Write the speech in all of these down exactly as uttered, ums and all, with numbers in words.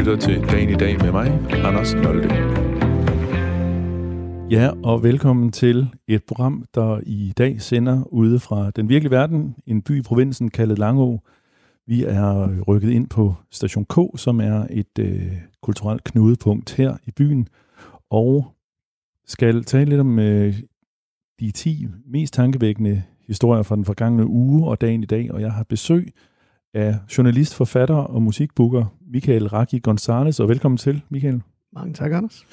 lytter til Dagen i dag med mig, Anders Nolde. Ja, og velkommen til et program, der i dag sender ude fra den virkelige verden, en by i provinsen kaldet Langå. Vi er rykket ind på Station K, som er et øh, kulturelt knudepunkt her i byen, og skal tale lidt om øh, de ti mest tankevækkende historier fra den forgangne uge og dagen i dag, og jeg har besøg af journalist, forfatter og musikbooker Michael Raki Gonzalez, og velkommen til, Michael. Mange tak, Anders.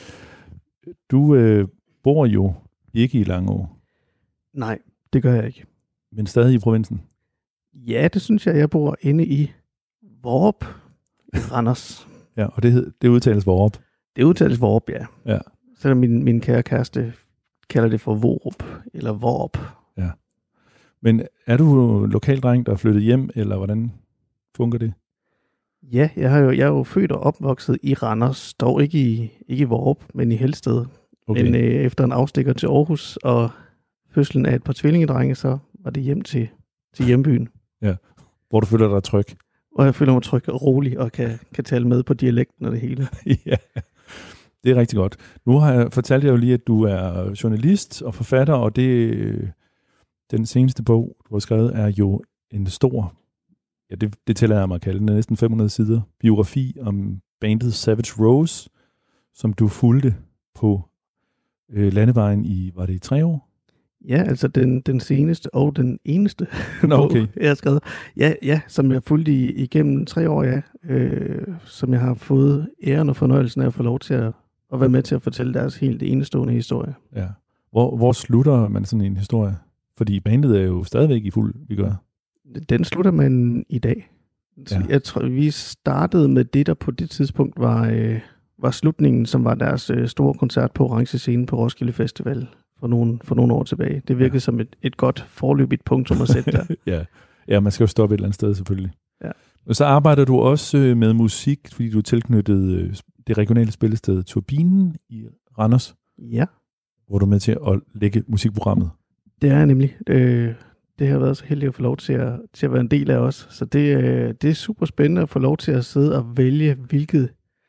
Du øh, bor jo ikke i Langå. Nej, det gør jeg ikke. Men stadig i provinsen? Ja, det synes jeg. Jeg bor inde i Vorup i Randers. Ja, og det, hed, det udtales Vorup? Det udtales Vorup, ja. Ja. Selvom min, min kære kæreste kalder det for Vorup, eller Vorup. Ja. Men er du lokaldreng, der er flyttet hjem, eller hvordan fungerer det? Ja, jeg, har jo, jeg er jo født og opvokset i Randers, dog ikke i, ikke i Vorup, men i Helsted. Okay. Men øh, efter en afstikker til Aarhus og fødslen af et par tvillingedrenge, så var det hjem til, til hjembyen. Ja, hvor du føler dig tryg. Og jeg føler mig tryg og rolig og kan, kan tale med på dialekten og det hele. Ja, det er rigtig godt. Nu har jeg fortalt jer jo lige, at du er journalist og forfatter, og det, den seneste bog, du har skrevet, er jo en stor, ja, det, det tæller jeg mig at kalde den, næsten fem hundrede sider, biografi om bandet Savage Rose, som du fulgte på øh, landevejen i, var det i tre år? Ja, altså den, den seneste og den eneste Nå, okay. bog, jeg har skrevet. Ja, ja, som jeg fulgte i, igennem tre år, ja. Øh, som jeg har fået æren og fornøjelsen af at få lov til at, at være med til at fortælle deres helt enestående historie. Ja. Hvor, hvor slutter man sådan en historie? Fordi bandet er jo stadigvæk i fuld vigør. Den slutter man i dag. Ja. Jeg tror, vi startede med det, der på det tidspunkt var, øh, var slutningen, som var deres øh, store koncert på Orange Scene på Roskilde Festival. For nogle, for nogle år tilbage. Det virkede ja. som et, et godt forløbigt punktum at sætte der. ja. ja, man skal jo stoppe et eller andet sted selvfølgelig. Ja. Og så arbejder du også med musik, fordi du er tilknyttet det regionale spillested Turbinen i Randers. Ja. Hvor du er med til at lægge musikprogrammet. Det er jeg nemlig. Det, det har været så heldigt at få lov til at, til at være en del af os. Så det, det er super spændende at få lov til at sidde og vælge, hvilke,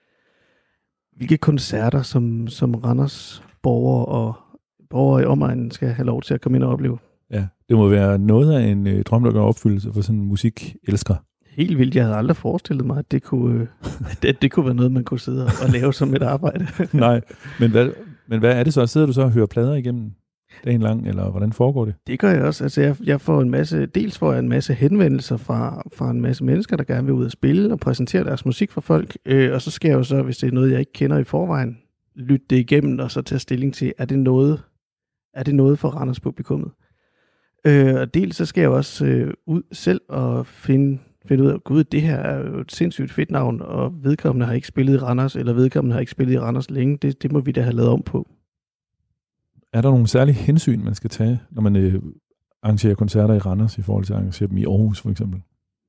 hvilke koncerter, som, som Randers borgere og borgere i omegnen skal have lov til at komme ind og opleve. Ja, det må være noget af en øh, drøm, der gør opfyldelse for sådan en musikelsker. Helt vildt. Jeg havde aldrig forestillet mig, at det kunne, at det kunne være noget, man kunne sidde og lave som et arbejde. Nej, men hvad, men hvad er det så? Sidder du så og hører plader igennem dagen lang, eller hvordan foregår det? Det gør jeg også. Altså, jeg, jeg får en masse, dels får jeg en masse henvendelser fra, fra en masse mennesker, der gerne vil ud og spille og præsentere deres musik for folk. Øh, og så skal jeg jo så, hvis det er noget, jeg ikke kender i forvejen, lytte det igennem og så tage stilling til, er det noget, er det noget for Randers publikummet? Øh, og dels så skal jeg også øh, ud selv og finde, finde ud af, gud, det her er jo et sindssygt fedt navn, og vedkommende har ikke spillet i Randers, eller vedkommende har ikke spillet i Randers længe. Det, det må vi da have lavet om på. Er der nogle særlige hensyn, man skal tage, når man øh, arrangerer koncerter i Randers, i forhold til at arrangere dem i Aarhus for eksempel?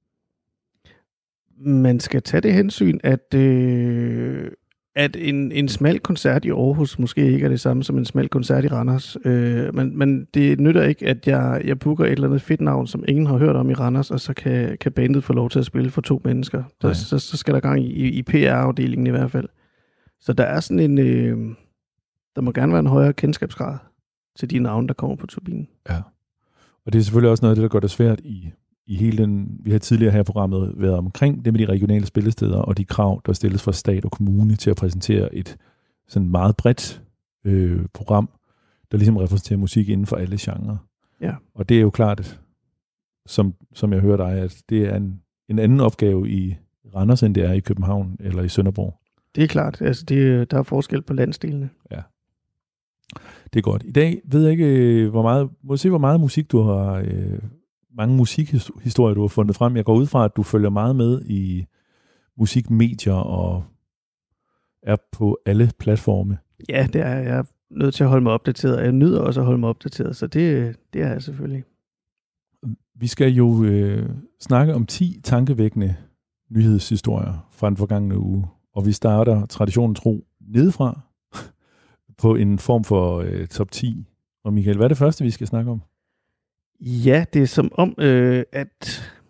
Man skal tage det hensyn, at... Øh, at en, en smal koncert i Aarhus måske ikke er det samme som en smal koncert i Randers. Øh, men, men det nytter ikke, at jeg, jeg booker et eller andet fedt navn, som ingen har hørt om i Randers, og så kan, kan bandet få lov til at spille for to mennesker. Der, så, så skal der gang i, i P R-afdelingen i hvert fald. Så der er sådan en... Øh, der må gerne være en højere kendskabsgrad til de navne, der kommer på turbinen. Ja, og det er selvfølgelig også noget af det, der gør det svært i... I hele den, vi har tidligere her i programmet været omkring det med de regionale spillesteder og de krav, der stilles fra stat og kommune til at præsentere et sådan meget bredt øh, program, der ligesom repræsenterer musik inden for alle genrer. Ja. Og det er jo klart, som, som jeg hører dig, at det er en, en anden opgave i Randers, end det er i København eller i Sønderborg. Det er klart. Altså det, der er forskel på landsdelene. Ja. Det er godt. I dag ved jeg ikke, hvor meget, må se, hvor meget musik du har... Øh, mange musikhistorier, du har fundet frem. Jeg går ud fra, at du følger meget med i musikmedier og er på alle platforme. Ja, det er jeg er nødt til at holde mig opdateret. Jeg nyder også at holde mig opdateret, så det, det er jeg selvfølgelig. Vi skal jo øh, snakke om ti tankevækkende nyhedshistorier fra den forgangne uge, og vi starter traditionen tro nedefra på en form for øh, top ti. Og Michael, hvad er det første, vi skal snakke om? Ja, det er som om, øh, at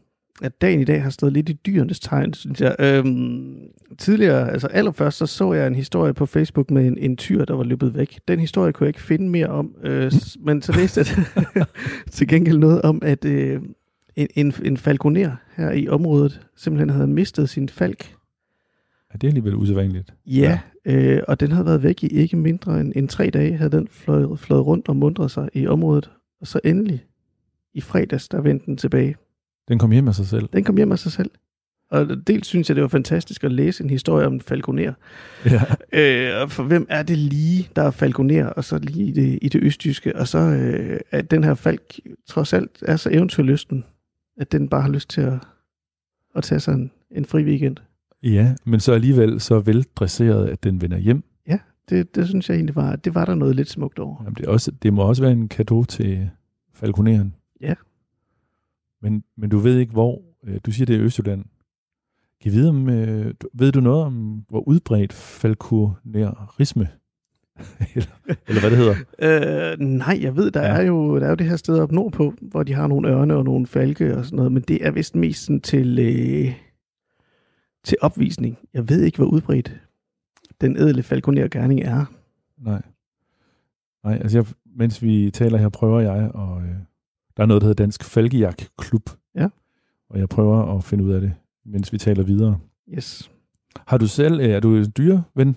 at dagen i dag har stået lidt i dyrenes tegn, synes jeg. Øhm, tidligere, altså allerførst, så så jeg en historie på Facebook med en, en tyr, der var løbet væk. Den historie kunne jeg ikke finde mere om, øh, men så læste jeg til gengæld noget om, at øh, en, en, en falconer her i området simpelthen havde mistet sin falk. Ja, det er alligevel usædvanligt. Ja, ja. Øh, og den havde været væk i ikke mindre end, end tre dage, havde den fløjet, fløjet rundt og mundret sig i området. Og så endelig i fredags, der vendte den tilbage. Den kom hjem af sig selv? Den kom hjem af sig selv. Og dels synes jeg, det var fantastisk at læse en historie om en falconer. Ja. Øh, for hvem er det lige, der er falconer, og så lige i det, i det østjyske, og så øh, at den her falk trods alt er så eventyrlysten, at den bare har lyst til at, at tage sig en, en fri weekend. Ja, men så alligevel så veldresseret, at den vender hjem. Ja, det, det synes jeg egentlig var, det var der noget lidt smukt over. Jamen, det, er også, det må også være en cadeau til falconeren. Ja. Men, men du ved ikke, hvor. Du siger, det er Østjylland. Kan vide om, øh, ved du noget om, hvor udbredt falconerisme? eller, eller hvad det hedder? Øh, nej, jeg ved, der, ja. er jo, der er jo det her sted op nordpå, hvor de har nogle ørne og nogle falke og sådan noget, men det er vist mest sådan til, øh, til opvisning. Jeg ved ikke, hvor udbredt den ædle falconergerning er. Nej. Nej, altså jeg, mens vi taler her, prøver jeg, og øh, der er noget, der hedder Dansk Falkejagt-klub. Ja. Og jeg prøver at finde ud af det, mens vi taler videre. Yes. Har du selv, er du dyreven?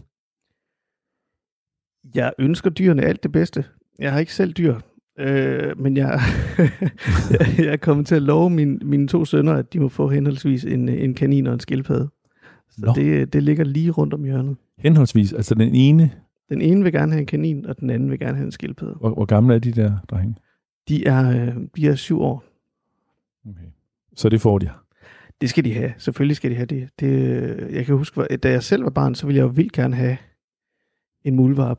Jeg ønsker dyrene alt det bedste. Jeg har ikke selv dyr, øh, men jeg, jeg er kommet til at love mine, mine to sønner, at de må få henholdsvis en, en kanin og en skildpadde. Så det, det ligger lige rundt om hjørnet. Henholdsvis? Altså den ene? Den ene vil gerne have en kanin, og den anden vil gerne have en skildpadde. Hvor, hvor gamle er de der drenge? De er, de er syv år. Okay. Så det får de? Det skal de have. Selvfølgelig skal de have det. det jeg kan huske, da jeg selv var barn, så ville jeg jo vildt gerne have en muldvarp.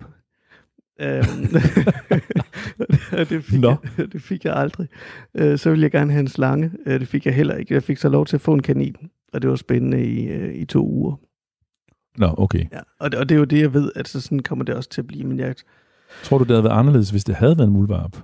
det, fik no. jeg, det fik jeg aldrig. Så ville jeg gerne have en slange. Det fik jeg heller ikke. Jeg fik så lov til at få en kanin, og det var spændende i, i to uger. Nå, okay. Ja, og, det, og det er jo det, jeg ved, at så sådan kommer det også til at blive. Men jeg tror du, det havde været anderledes, hvis det havde været en muldvarp?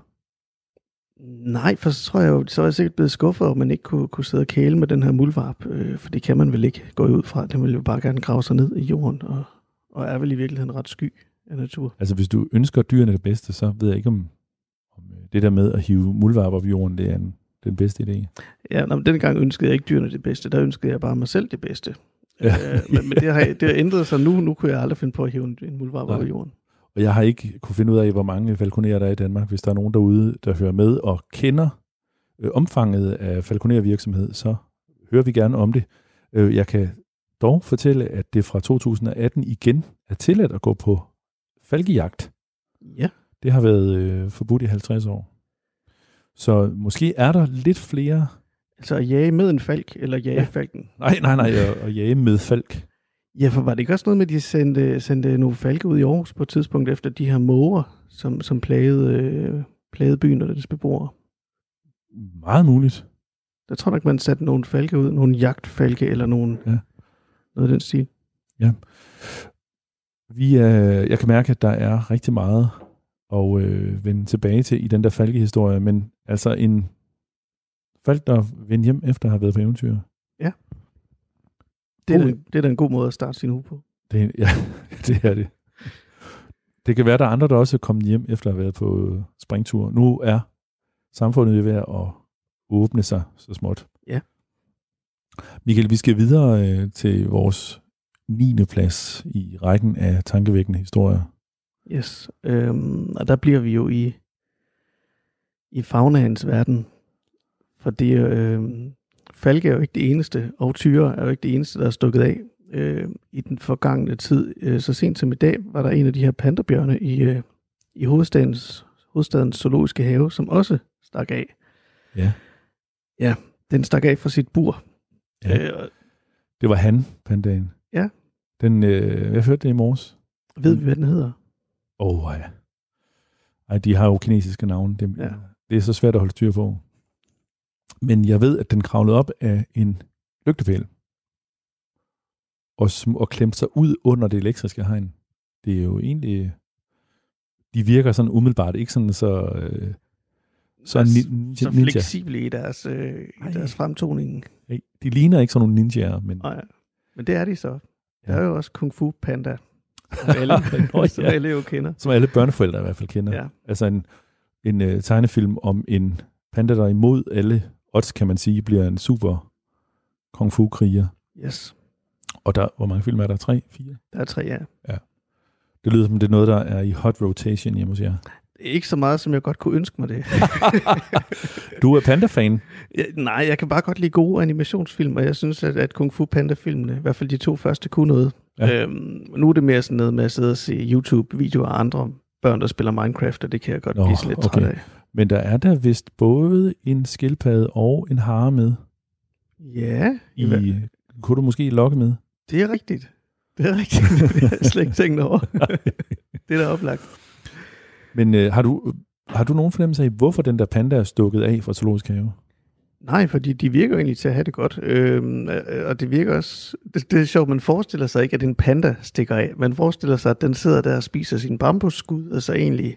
Nej, for så tror jeg jo, så er jeg sikkert blevet skuffet, at man ikke kunne, kunne sidde og kæle med den her muldvarp, øh, for det kan man vel ikke gå ud fra. Den vil jo bare gerne grave sig ned i jorden, og, og er vel i virkeligheden ret sky af natur. Altså hvis du ønsker dyrene det bedste, så ved jeg ikke, om, om det der med at hive muldvarp op i jorden, det er en, den bedste idé. Ja, men den gang ønskede jeg ikke dyrene det bedste, der ønskede jeg bare mig selv det bedste. Ja. øh, men men det, har, det har ændret sig nu, nu kunne jeg aldrig finde på at hive en, en muldvarp op i jorden. Og jeg har ikke kunne finde ud af, hvor mange falconerer der er i Danmark. Hvis der er nogen derude, der hører med og kender øh, omfanget af falconervirksomhed, så hører vi gerne om det. Øh, jeg kan dog fortælle, at det fra to tusind og atten igen er tilladt at gå på falkejagt. Ja. Det har været øh, forbudt i halvtreds år. Så måske er der lidt flere... Altså at jage med en falk, eller jage ja. falken? Nej, nej, nej, at, at jage med falk. Ja, for var det ikke også noget med, at de sendte, sendte nogle falke ud i Aarhus på et tidspunkt efter de her måger, som, som plagede, øh, plagede byen og dens beboere? Meget muligt. Jeg tror nok, man satte nogle falke ud, nogle jagtfalke eller nogle, ja. noget af den stil. Ja. Vi er, jeg kan mærke, at der er rigtig meget at øh, vende tilbage til i den der falkehistorie, men altså en falk, der vender hjem efter at have været på eventyr. Ja. Det er, da, det er da en god måde at starte sin uge på. Det er, ja, det er det. Det kan være, der er andre, der også er kommet hjem efter at have været på springtur. Nu er samfundet ved at åbne sig så småt. Ja. Michael, vi skal videre øh, til vores niende plads i rækken af tankevækkende historier. Yes. Øhm, og der bliver vi jo i, i faunaens verden. Fordi øh, falke er jo ikke det eneste, og tyre er jo ikke det eneste, der er stukket af øh, i den forgangne tid. Øh, så sent som i dag var der en af de her panterbjørne i, øh, i hovedstadens, hovedstadens zoologiske have, som også stak af. Ja. Ja, den stak af fra sit bur. Ja. Øh, det var han, pandaen. Ja. Den, øh, jeg hørte det i morges. Ved vi, hvad den hedder? Åh, oh, ja. Ej, de har jo kinesiske navne. Det, ja. det er så svært at holde styr på. Men jeg ved, at den kravlede op af en lygtepæl og, og klemte sig ud under det elektriske hegn. Det er jo egentlig... De virker sådan umiddelbart ikke sådan så... Øh, så, ni- ninja. så fleksible i deres, øh, i deres fremtoning. Hey, de ligner ikke sådan nogle ninjaer, men... Nej, men det er de så. Der Ja. er jo også Kung Fu Panda, som alle, Nå, som ja. alle jo kender. Som alle børneforældre i hvert fald kender. Ja. Altså en, en uh, tegnefilm om en panda, der imod alle odds, kan man sige, bliver en super kung fu-kriger. Yes. Og der, hvor mange film er der? Tre? Fire? Der er tre, ja. Det lyder som, det er noget, der er i hot rotation hjemme hos jer. Ikke så meget, som jeg godt kunne ønske mig det. Du er Panda-fan. Ja, nej, jeg kan bare godt lide gode animationsfilm, og jeg synes, at, at Kung Fu Panda-filmene, i hvert fald de to første, kunne noget. Ja. Øhm, nu er det mere sådan noget med at sidde og se YouTube-videoer af andre børn, der spiller Minecraft, og det kan jeg godt Nå, blive sådan lidt okay. træt af. Men der er der vist både en skildpadde og en hare med. Ja, I, kunne du måske lokke med? det er rigtigt. Det er rigtigt. Det har jeg slet ikke tænkt over. Det er da oplagt. Men øh, har, du, har du nogen fornemmelse af, hvorfor den der panda er stukket af fra Zoologisk Have? Nej, fordi de virker jo egentlig til at have det godt. Øhm, og det virker også... Det, det er sjovt, man forestiller sig ikke, at en panda stikker af. Man forestiller sig, at den sidder der og spiser sin bambusskud, og så egentlig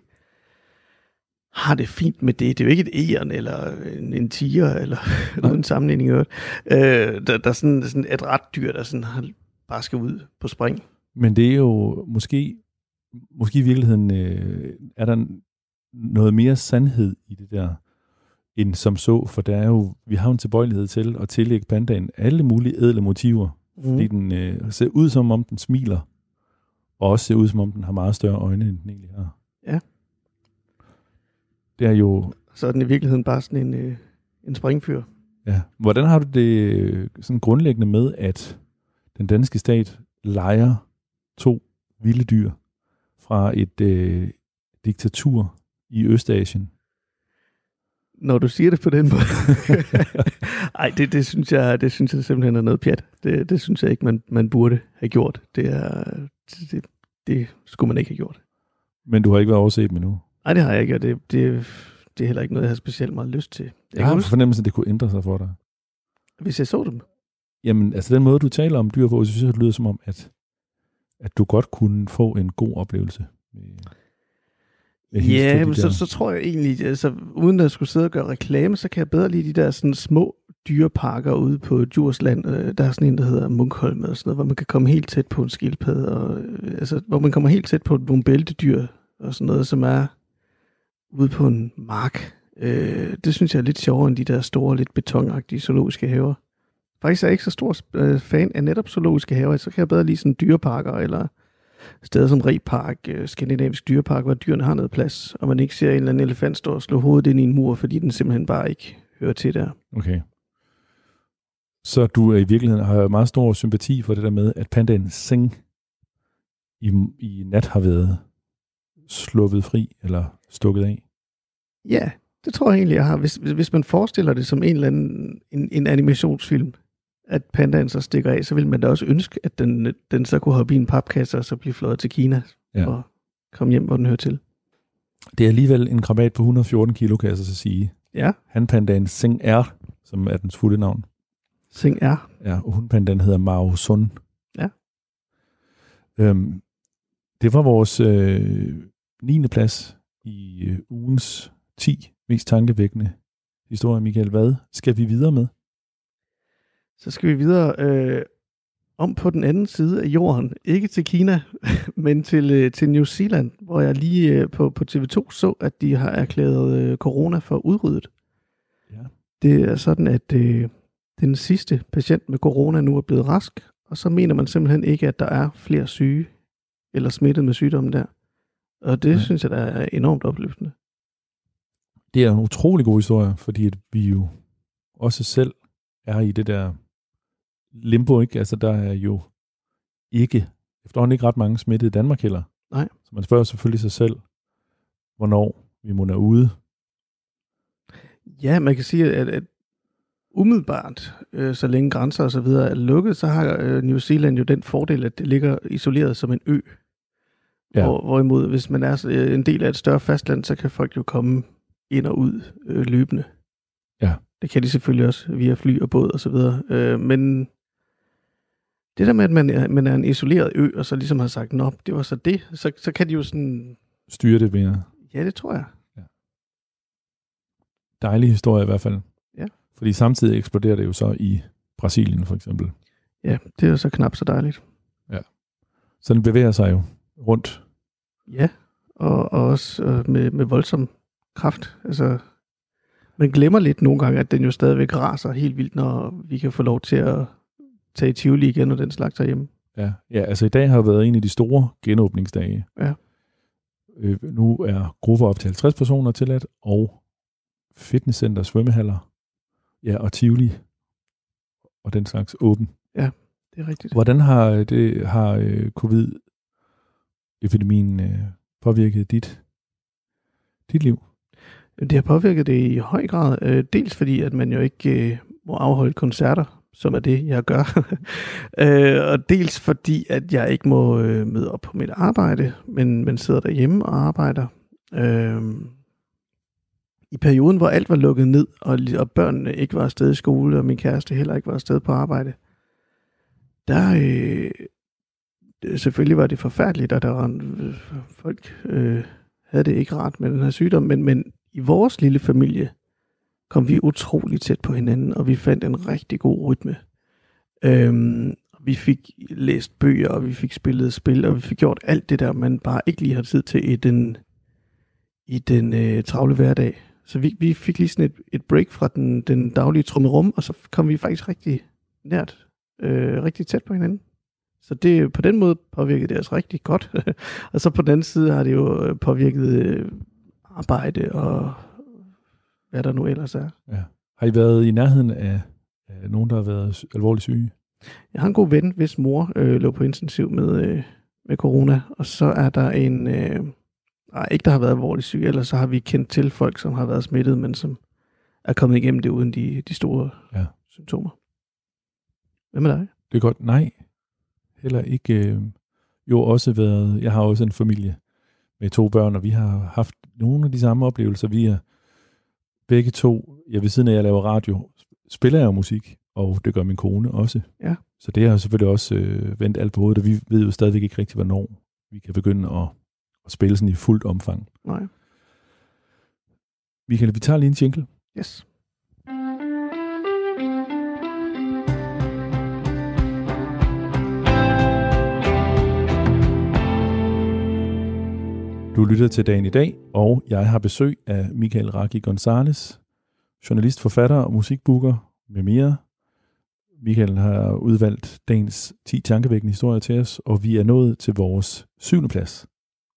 har det fint med det. Det er jo ikke et egern, eller en, en tiger, eller nogen sammenligning i øvrigt. Øh, der, der er sådan, sådan et ret dyr, der sådan har, bare skal ud på spring. Men det er jo måske, måske i virkeligheden, øh, er der noget mere sandhed i det der, end som så, for der er jo, vi har en tilbøjelighed til at tillægge pandaen alle mulige ædle motiver, mm. fordi den øh, ser ud som om den smiler, og også ser ud som om den har meget større øjne, end den egentlig har. Ja. Det er jo... Så er den i virkeligheden bare sådan en, øh, en springfyr. Ja. Hvordan har du det øh, sådan grundlæggende med, at den danske stat lejer to vilde dyr fra et øh, diktatur i Østasien? Når du siger det på den måde. Ej, det, det, synes jeg, det synes jeg simpelthen er noget pjat. Det, det synes jeg ikke, man, man burde have gjort. Det, er, det, det, det skulle man ikke have gjort. Men du har ikke været overset dem endnu? Nej, det har jeg ikke, og det, det, det er heller ikke noget, jeg har specielt meget lyst til. Jeg, jeg har fornemmelsen, at det kunne ændre sig for dig. Hvis jeg så dem? Jamen, altså den måde, du taler om dyr på, så synes jeg, det lyder som om, at, at du godt kunne få en god oplevelse. Med, med ja, men så, så tror jeg egentlig, altså uden at skulle sidde og gøre reklame, så kan jeg bedre lide de der sådan små dyreparker ude på Djursland. Der er sådan en, der hedder Munkholm og sådan noget, hvor man kan komme helt tæt på en skildpadde, og, altså, hvor man kommer helt tæt på nogle bæltedyr og sådan noget, som er ude på en mark. Øh, det synes jeg er lidt sjovere end de der store, lidt betonagtige zoologiske haver. Faktisk er jeg ikke så stor øh, fan af netop zoologiske haver, så kan jeg bedre lide sådan dyreparker, eller steder som Repark, øh, Skandinavisk dyrepark, hvor dyrene har noget plads, og man ikke ser en eller anden elefant stå og slå hovedet ind i en mur, fordi den simpelthen bare ikke hører til der. Okay. Så du er i virkeligheden har meget stor sympati for det der med, at pandaen Sing i, i nat har været sluppet fri, eller stukket af? Ja, det tror jeg egentlig, jeg har. Hvis, hvis man forestiller det som en eller anden en, en animationsfilm, at pandaen så stikker af, så vil man da også ønske, at den, den så kunne hoppe i en papkasse og så blive fløjet til Kina ja. og komme hjem, hvor den hører til. Det er alligevel en krabat på et hundrede og fjorten kilo, kan jeg så sige. Ja. Hanpandaen Sing R, som er dens fulde navn. Sing R. Ja, og hunpandaen hedder Mao Sun. Ja. Øhm, det var vores øh, niende plads i øh, ugens ti mest tankevækkende historier, Michael. Hvad skal vi videre med? Så skal vi videre øh, om på den anden side af jorden. Ikke til Kina, men til, øh, til New Zealand, hvor jeg lige øh, på, på T V to så, at de har erklæret øh, corona for udryddet. Ja. Det er sådan, at øh, den sidste patient med corona nu er blevet rask, og så mener man simpelthen ikke, at der er flere syge eller smittet med sygdommen der. Og det ja. synes jeg, der er enormt opløftende. Det er en utrolig god historie, fordi at vi jo også selv er i det der limbo, ikke? Altså, der er jo ikke, efterhånden ikke ret mange smittede i Danmark heller. Nej. Så man spørger selvfølgelig sig selv, hvornår vi må er ude. Ja, man kan sige, at, at umiddelbart, øh, så længe grænser og så videre er lukket, så har øh, New Zealand jo den fordel, at det ligger isoleret som en ø. Ja. Hvor, hvorimod, hvis man er øh, en del af et større fastland, så kan folk jo komme ind og ud øh, løbende. Ja. Det kan de selvfølgelig også via fly og båd og så videre. Øh, men det der med, at man er, man er en isoleret ø, og så ligesom har sagt, nå, det var så det, så, så kan de jo sådan... Styre det mere. Ja, det tror jeg. Ja. dejlig historie i hvert fald. Ja. Fordi samtidig eksploderer det jo så i Brasilien for eksempel. Ja, det er jo så knap så dejligt. Ja. Så den bevæger sig jo rundt. Ja, og, og også øh, med, med voldsom kraft. Altså, man glemmer lidt nogle gange, at den jo stadigvæk raser helt vildt, når vi kan få lov til at tage i Tivoli igen, og den slags herhjemme. Ja, ja, altså i dag har været en af de store genåbningsdage. Ja. Øh, nu er grupper op til halvtreds personer tilladt, og fitnesscenter, svømmehaller, ja, og Tivoli, og den slags åben. Ja, det er rigtigt. Hvordan har, det, har øh, covid-epidemien øh, påvirket dit, dit liv? Det har påvirket det i høj grad. Øh, dels fordi, at man jo ikke øh, må afholde koncerter, som er det, jeg gør. øh, og dels fordi, at jeg ikke må øh, møde op på mit arbejde, men, men sidder derhjemme og arbejder. Øh, I perioden, hvor alt var lukket ned, og, og børnene ikke var afsted i skole, og min kæreste heller ikke var afsted på arbejde, der øh, selvfølgelig var det forfærdeligt, og der var øh, folk øh, havde det ikke rart med den her sygdom, men, men i vores lille familie kom vi utroligt tæt på hinanden, og vi fandt en rigtig god rytme. Øhm, vi fik læst bøger, og vi fik spillet spil, og vi fik gjort alt det der, man bare ikke lige har tid til i den, i den øh, travle hverdag. Så vi, vi fik lige sådan et, et break fra den, den daglige trummerum, og så kom vi faktisk rigtig nært, øh, rigtig tæt på hinanden. Så det, på den måde påvirkede det os rigtig godt. Og så på den anden side har det jo påvirket øh, arbejde og hvad der nu ellers er. Ja. Har I været i nærheden af, af nogen, der har været alvorligt syge? Jeg har en god ven, hvis mor øh, lå på intensiv med, øh, med corona, og så er der en, øh, nej, ikke der har været alvorligt syg, ellers så har vi kendt til folk, som har været smittet, men som er kommet igennem det uden de, de store ja. symptomer. Hvem er dig? Det er godt. Nej, heller ikke. Øh, jo også været, jeg har også en familie med to børn, og vi har haft nogle af de samme oplevelser. Vi er begge to, ja, ved siden af at jeg laver radio, spiller jeg jo musik, og det gør min kone også. Ja. Så det har selvfølgelig også øh, vendt alt på hovedet, og vi ved jo stadigvæk ikke rigtigt, hvornår vi kan begynde at, at spille sådan i fuldt omfang. Nej. Michael, vi tager lige en jingle. Yes. Du lytter til Dagen i dag, og jeg har besøg af Michael Raki Gonzalez, journalist, forfatter og musikbooker med mere. Michael har udvalgt dagens ti tankevækkende historier til os, og vi er nået til vores syvende plads.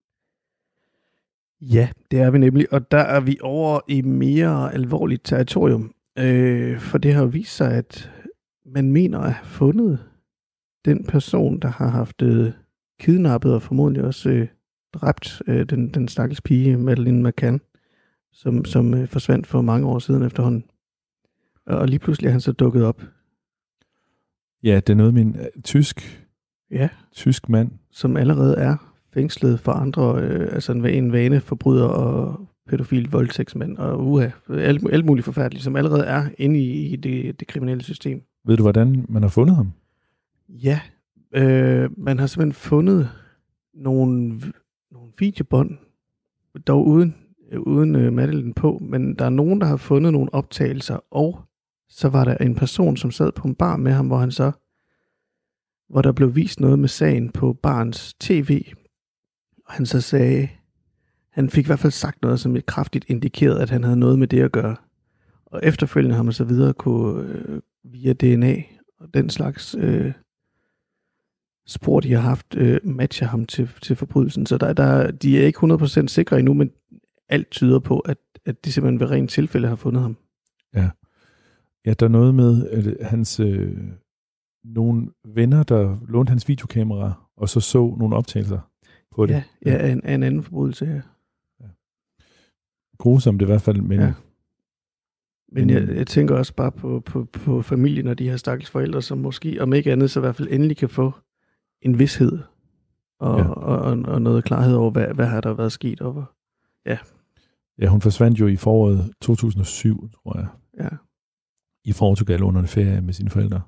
Ja, det er vi nemlig, og der er vi over i mere alvorligt territorium. Øh, for det har jo vist sig, at man mener at have fundet den person, der har haft øh, kidnappet og formodentlig også øh, dræbt øh, den, den stakkels pige, Madeleine McCann, som, som øh, forsvandt for mange år siden efterhånden. Og lige pludselig er han så dukket op. Ja, det er noget med en uh, tysk, ja. tysk mand. Som allerede er fængslet for andre, øh, altså en, en vaneforbryder og pædofil voldtægtsmand og uha, alt, alt muligt forfærdeligt, som allerede er inde i, i det, det kriminelle system. Ved du, hvordan man har fundet ham? Ja, øh, man har simpelthen fundet nogle, nogle videobånd, dog uden, uden øh, Madeleine på, men der er nogen, der har fundet nogle optagelser, og så var der en person, som sad på en bar med ham, hvor han så, hvor der blev vist noget med sagen på barns tv, og han så sagde, han fik i hvert fald sagt noget, som kraftigt indikerede, at han havde noget med det at gøre. Og efterfølgende har man så videre kunne øh, via D N A og den slags øh, spor, de har haft, øh, matcher ham til, til forbrydelsen. Så der, der, de er ikke hundrede procent sikre endnu, men alt tyder på, at, at de simpelthen ved rent tilfælde har fundet ham. Ja, ja, der er noget med at hans øh, nogle venner, der lånte hans videokamera, og så så nogle optagelser på det. Ja, ja, ja. En, en anden forbrydelse, ja. ja. Grusomt i hvert fald, men... Ja. Men jeg, jeg tænker også bare på, på, på familien og de her stakkels forældre, som måske, om ikke andet, så i hvert fald endelig kan få en vished og, ja. og, og, og noget klarhed over, hvad, hvad har der været sket over. Ja. Ja, hun forsvandt jo i foråret to tusind og syv, tror jeg. Ja. I Portugal under en ferie med sine forældre.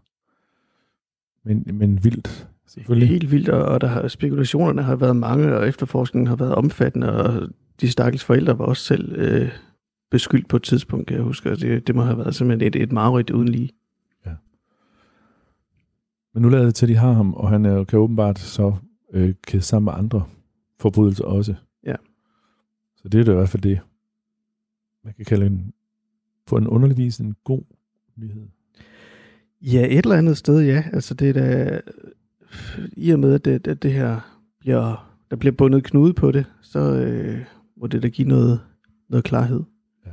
Men, men vildt, selvfølgelig. Helt vildt, og, og der har, spekulationerne har været mange, og efterforskningen har været omfattende, og de stakkels forældre var også selv øh, beskyldt på et tidspunkt, kan jeg huske. Det, det må have været simpelthen et, et mareridt uden lige. Ja. Men nu lader det til, at de har ham, og han er, kan åbenbart så øh, kæde sammen med andre forbrydelser også. Ja. Så det er da i hvert fald det, man kan kalde en, på en underlig vis en god nyhed. Ja, et eller andet sted, ja. Altså det er da, i og med, at det, at det her bliver, der bliver bundet knude på det, så øh, må det da give noget, noget klarhed. Ja.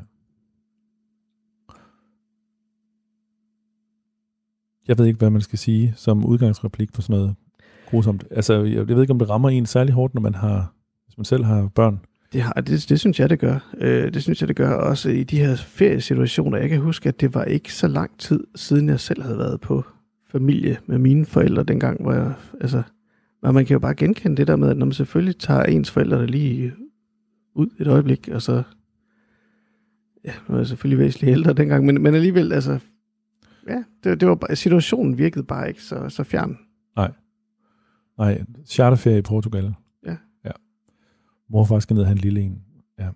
Jeg ved ikke, hvad man skal sige som udgangsreplik på sådan noget grusomt. Altså, jeg, jeg ved ikke, om det rammer en særlig hårdt, når man har, hvis man selv har børn. Det, har, det, det synes jeg, det gør. Øh, det synes jeg, det gør også i de her feriesituationer. Jeg kan huske, at det var ikke så lang tid siden, jeg selv havde været på familie med mine forældre dengang, hvor jeg, altså, man kan jo bare genkende det der med, at når man selvfølgelig tager ens forældre der lige ud et øjeblik, og så, ja, nu er jeg selvfølgelig væsentligt ældre dengang, men, men alligevel, altså, ja, det, det var bare, situationen virkede bare ikke så, så fjern. Nej. Nej, charterferie i Portugal. Ja. Ja. Morfar skal ned og have en lille en. Ja.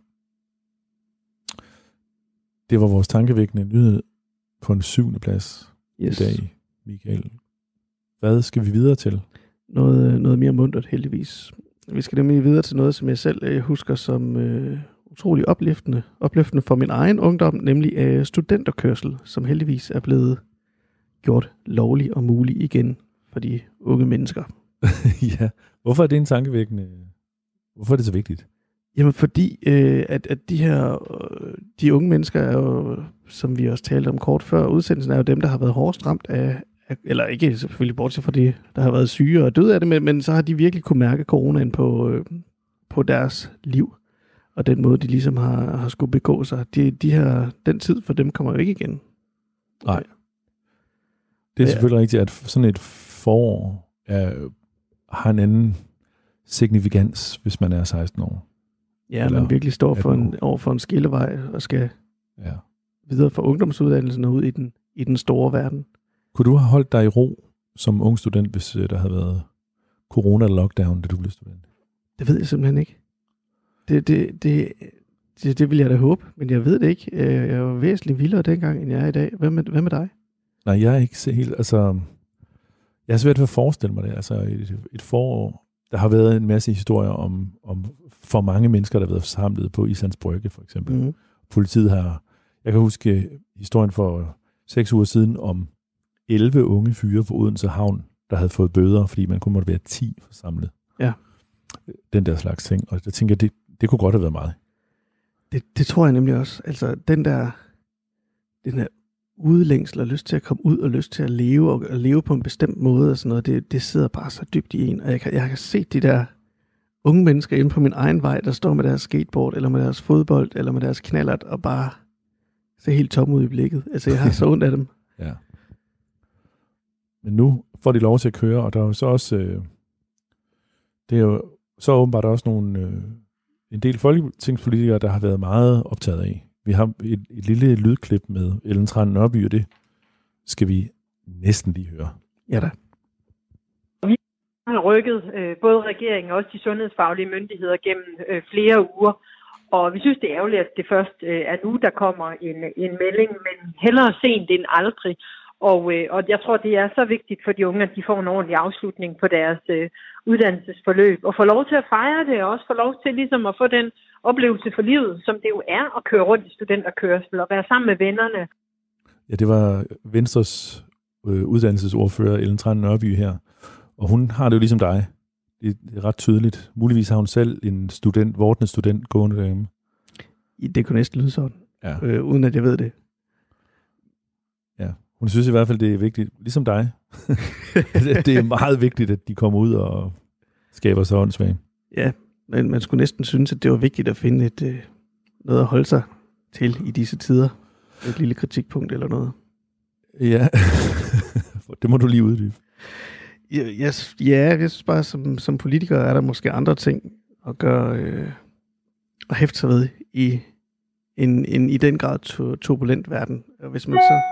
Det var vores tankevækkende nyhed på en syvende plads Yes. i dag, Michael. Hvad skal vi videre til? Noget, noget mere muntert, heldigvis. Vi skal nemlig videre til noget, som jeg selv øh, husker som øh, utrolig opløftende, opløftende for min egen ungdom, nemlig øh, studenterkørsel, som heldigvis er blevet gjort lovlig og mulig igen for de unge mennesker. Ja, hvorfor er det en tankevækkende? Hvorfor er det så vigtigt? Jamen fordi, øh, at, at de her, øh, de unge mennesker er jo, som vi også talte om kort før udsendelsen, er jo dem, der har været hårdest ramt af, af eller ikke selvfølgelig bortset fra de, der har været syge og døde af det, men, men så har de virkelig kunne mærke coronaen på, øh, på deres liv, og den måde, de ligesom har, har skulle begå sig. De, de her, den tid for dem kommer jo ikke igen. Nej. Det er Ja. selvfølgelig rigtigt, at sådan et forår er, har en anden signifikans, hvis man er seksten år. Ja, Eller man virkelig står for en, atten år. over for en skillevej og skal Ja. videre fra ungdomsuddannelsen og ud i den, i den store verden. Kunne du have holdt dig i ro som ung student, hvis øh, der havde været corona-lockdown, da du blev student? Det ved jeg simpelthen ikke. Det, det, det, det, det vil jeg da håbe, men jeg ved det ikke. Øh, Jeg var væsentligt vildere dengang, end jeg er i dag. Hvad med, hvad med dig? Nej, jeg er ikke så helt, altså, jeg har svært ved at forestille mig det. Altså, et, et forår, der har været en masse historier om, om for mange mennesker, der har været forsamlet på Islands Brygge, for eksempel. Mm. Politiet har, jeg kan huske historien for seks uger siden om elleve unge fyre på Odense Havn, der havde fået bøder, fordi man kun måtte være ti forsamlet. Ja. Den der slags ting. Og jeg tænker, det, det kunne godt have været meget. Det, det tror jeg nemlig også. Altså, den der, den der udlængsel og lyst til at komme ud og lyst til at leve og, og leve på en bestemt måde og sådan noget, det, det sidder bare så dybt i en. Og jeg kan, jeg kan se de der unge mennesker inde på min egen vej, der står med deres skateboard, eller med deres fodbold, eller med deres knallert, og bare ser helt tom ud i blikket. Altså, jeg har så ondt af dem. Ja. Men nu får de lov til at køre, og der er jo så også, øh, det er jo så åbenbart også nogle, øh, en del folketingspolitikere, der har været meget optaget af. Vi har et, et lille lydklip med Ellen Trane Nørby, og det skal vi næsten lige høre. Ja da. Vi har rykket øh, både regeringen og også de sundhedsfaglige myndigheder gennem øh, flere uger, og vi synes, det er ærgerligt, at det først øh, er nu, der kommer en, en melding, men hellere sent end aldrig. Og, øh, og jeg tror, det er så vigtigt for de unge, at de får en ordentlig afslutning på deres øh, uddannelsesforløb, og får lov til at fejre det, og også får lov til ligesom at få den oplevelse for livet, som det jo er at køre rundt i studenterkørsel og være sammen med vennerne. Ja, det var Venstres øh, uddannelsesordfører, Ellen Trane Nørby her, og hun har det jo ligesom dig. Det er ret tydeligt. Muligvis har hun selv en student, vortende student gående derhjemme. Det kunne næsten lyde sådan, Ja. øh, uden at jeg ved det. Ja. Hun synes i hvert fald, det er vigtigt, ligesom dig. Det er meget vigtigt, at de kommer ud og skaber sig åndssvagt. Ja, men man skulle næsten synes, at det var vigtigt at finde et, øh, noget at holde sig til i disse tider. Et lille kritikpunkt eller noget. Ja, det må du lige uddybe. Ja, yes, ja jeg synes bare, som, som politiker er der måske andre ting at gøre øh, og hæfte sig ved i en, en i den grad to, turbulent verden. Og hvis man så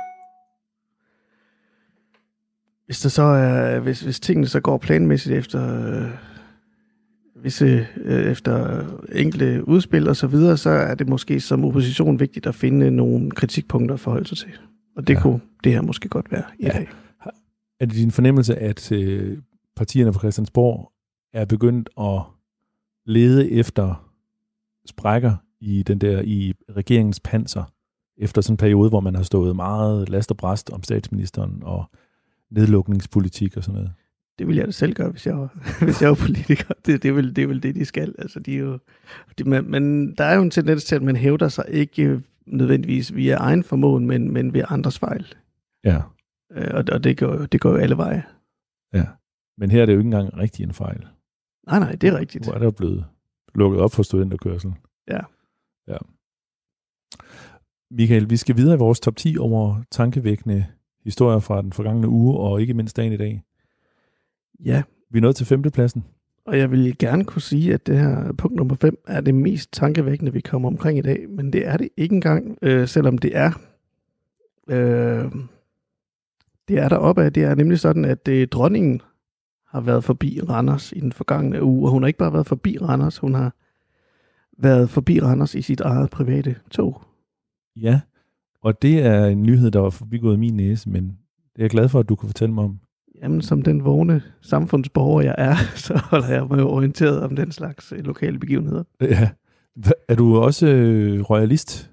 hvis der så er hvis, hvis tingene så går planmæssigt efter øh, hvis øh, efter enkelte udspil og så videre, så er det måske som opposition vigtigt at finde nogle kritikpunkter at forholde sig til. Og det ja. kunne det her måske godt være i ja. dag. Er det din fornemmelse, at øh, partierne på Christiansborg er begyndt at lede efter sprækker i den der i regeringens panser, efter sådan en periode, hvor man har stået meget last og brast om statsministeren og nedlukningspolitik og sådan noget? Det vil jeg da selv gøre, hvis jeg var, hvis jeg var politiker. Det, det, er vel, det er vel det, de skal. Altså, de er jo, de, man, men der er jo en tendens til, at man hævder sig ikke nødvendigvis via egen formåen, men, men ved andres fejl. Ja. Øh, og og det, går, det går jo alle veje. Ja, men her er det jo ikke engang rigtig en fejl. Nej, nej, det er rigtigt. Hvor er der jo blevet lukket op for studenterkørsel. Ja. Ja. Michael, vi skal videre i vores top ti over tankevækkende historier fra den forgangne uge, og ikke mindst dagen i dag. Ja. Vi er nået til femtepladsen. Og jeg vil gerne kunne sige, at det her punkt nummer fem er det mest tankevækkende, vi kommer omkring i dag. Men det er det ikke engang, øh, selvom det er. Øh, det er deroppe af. Det er nemlig sådan, at øh, dronningen har været forbi Randers i den forgangne uge. Og hun har ikke bare været forbi Randers, hun har været forbi Randers i sit eget private tog. Ja, og det er en nyhed, der var forbigået min næse, men det er jeg glad for, at du kan fortælle mig om. Jamen, som den vågne samfundsborger, jeg er, så holder jeg mig orienteret om den slags øh, lokale begivenheder. Ja. Er du også øh, royalist?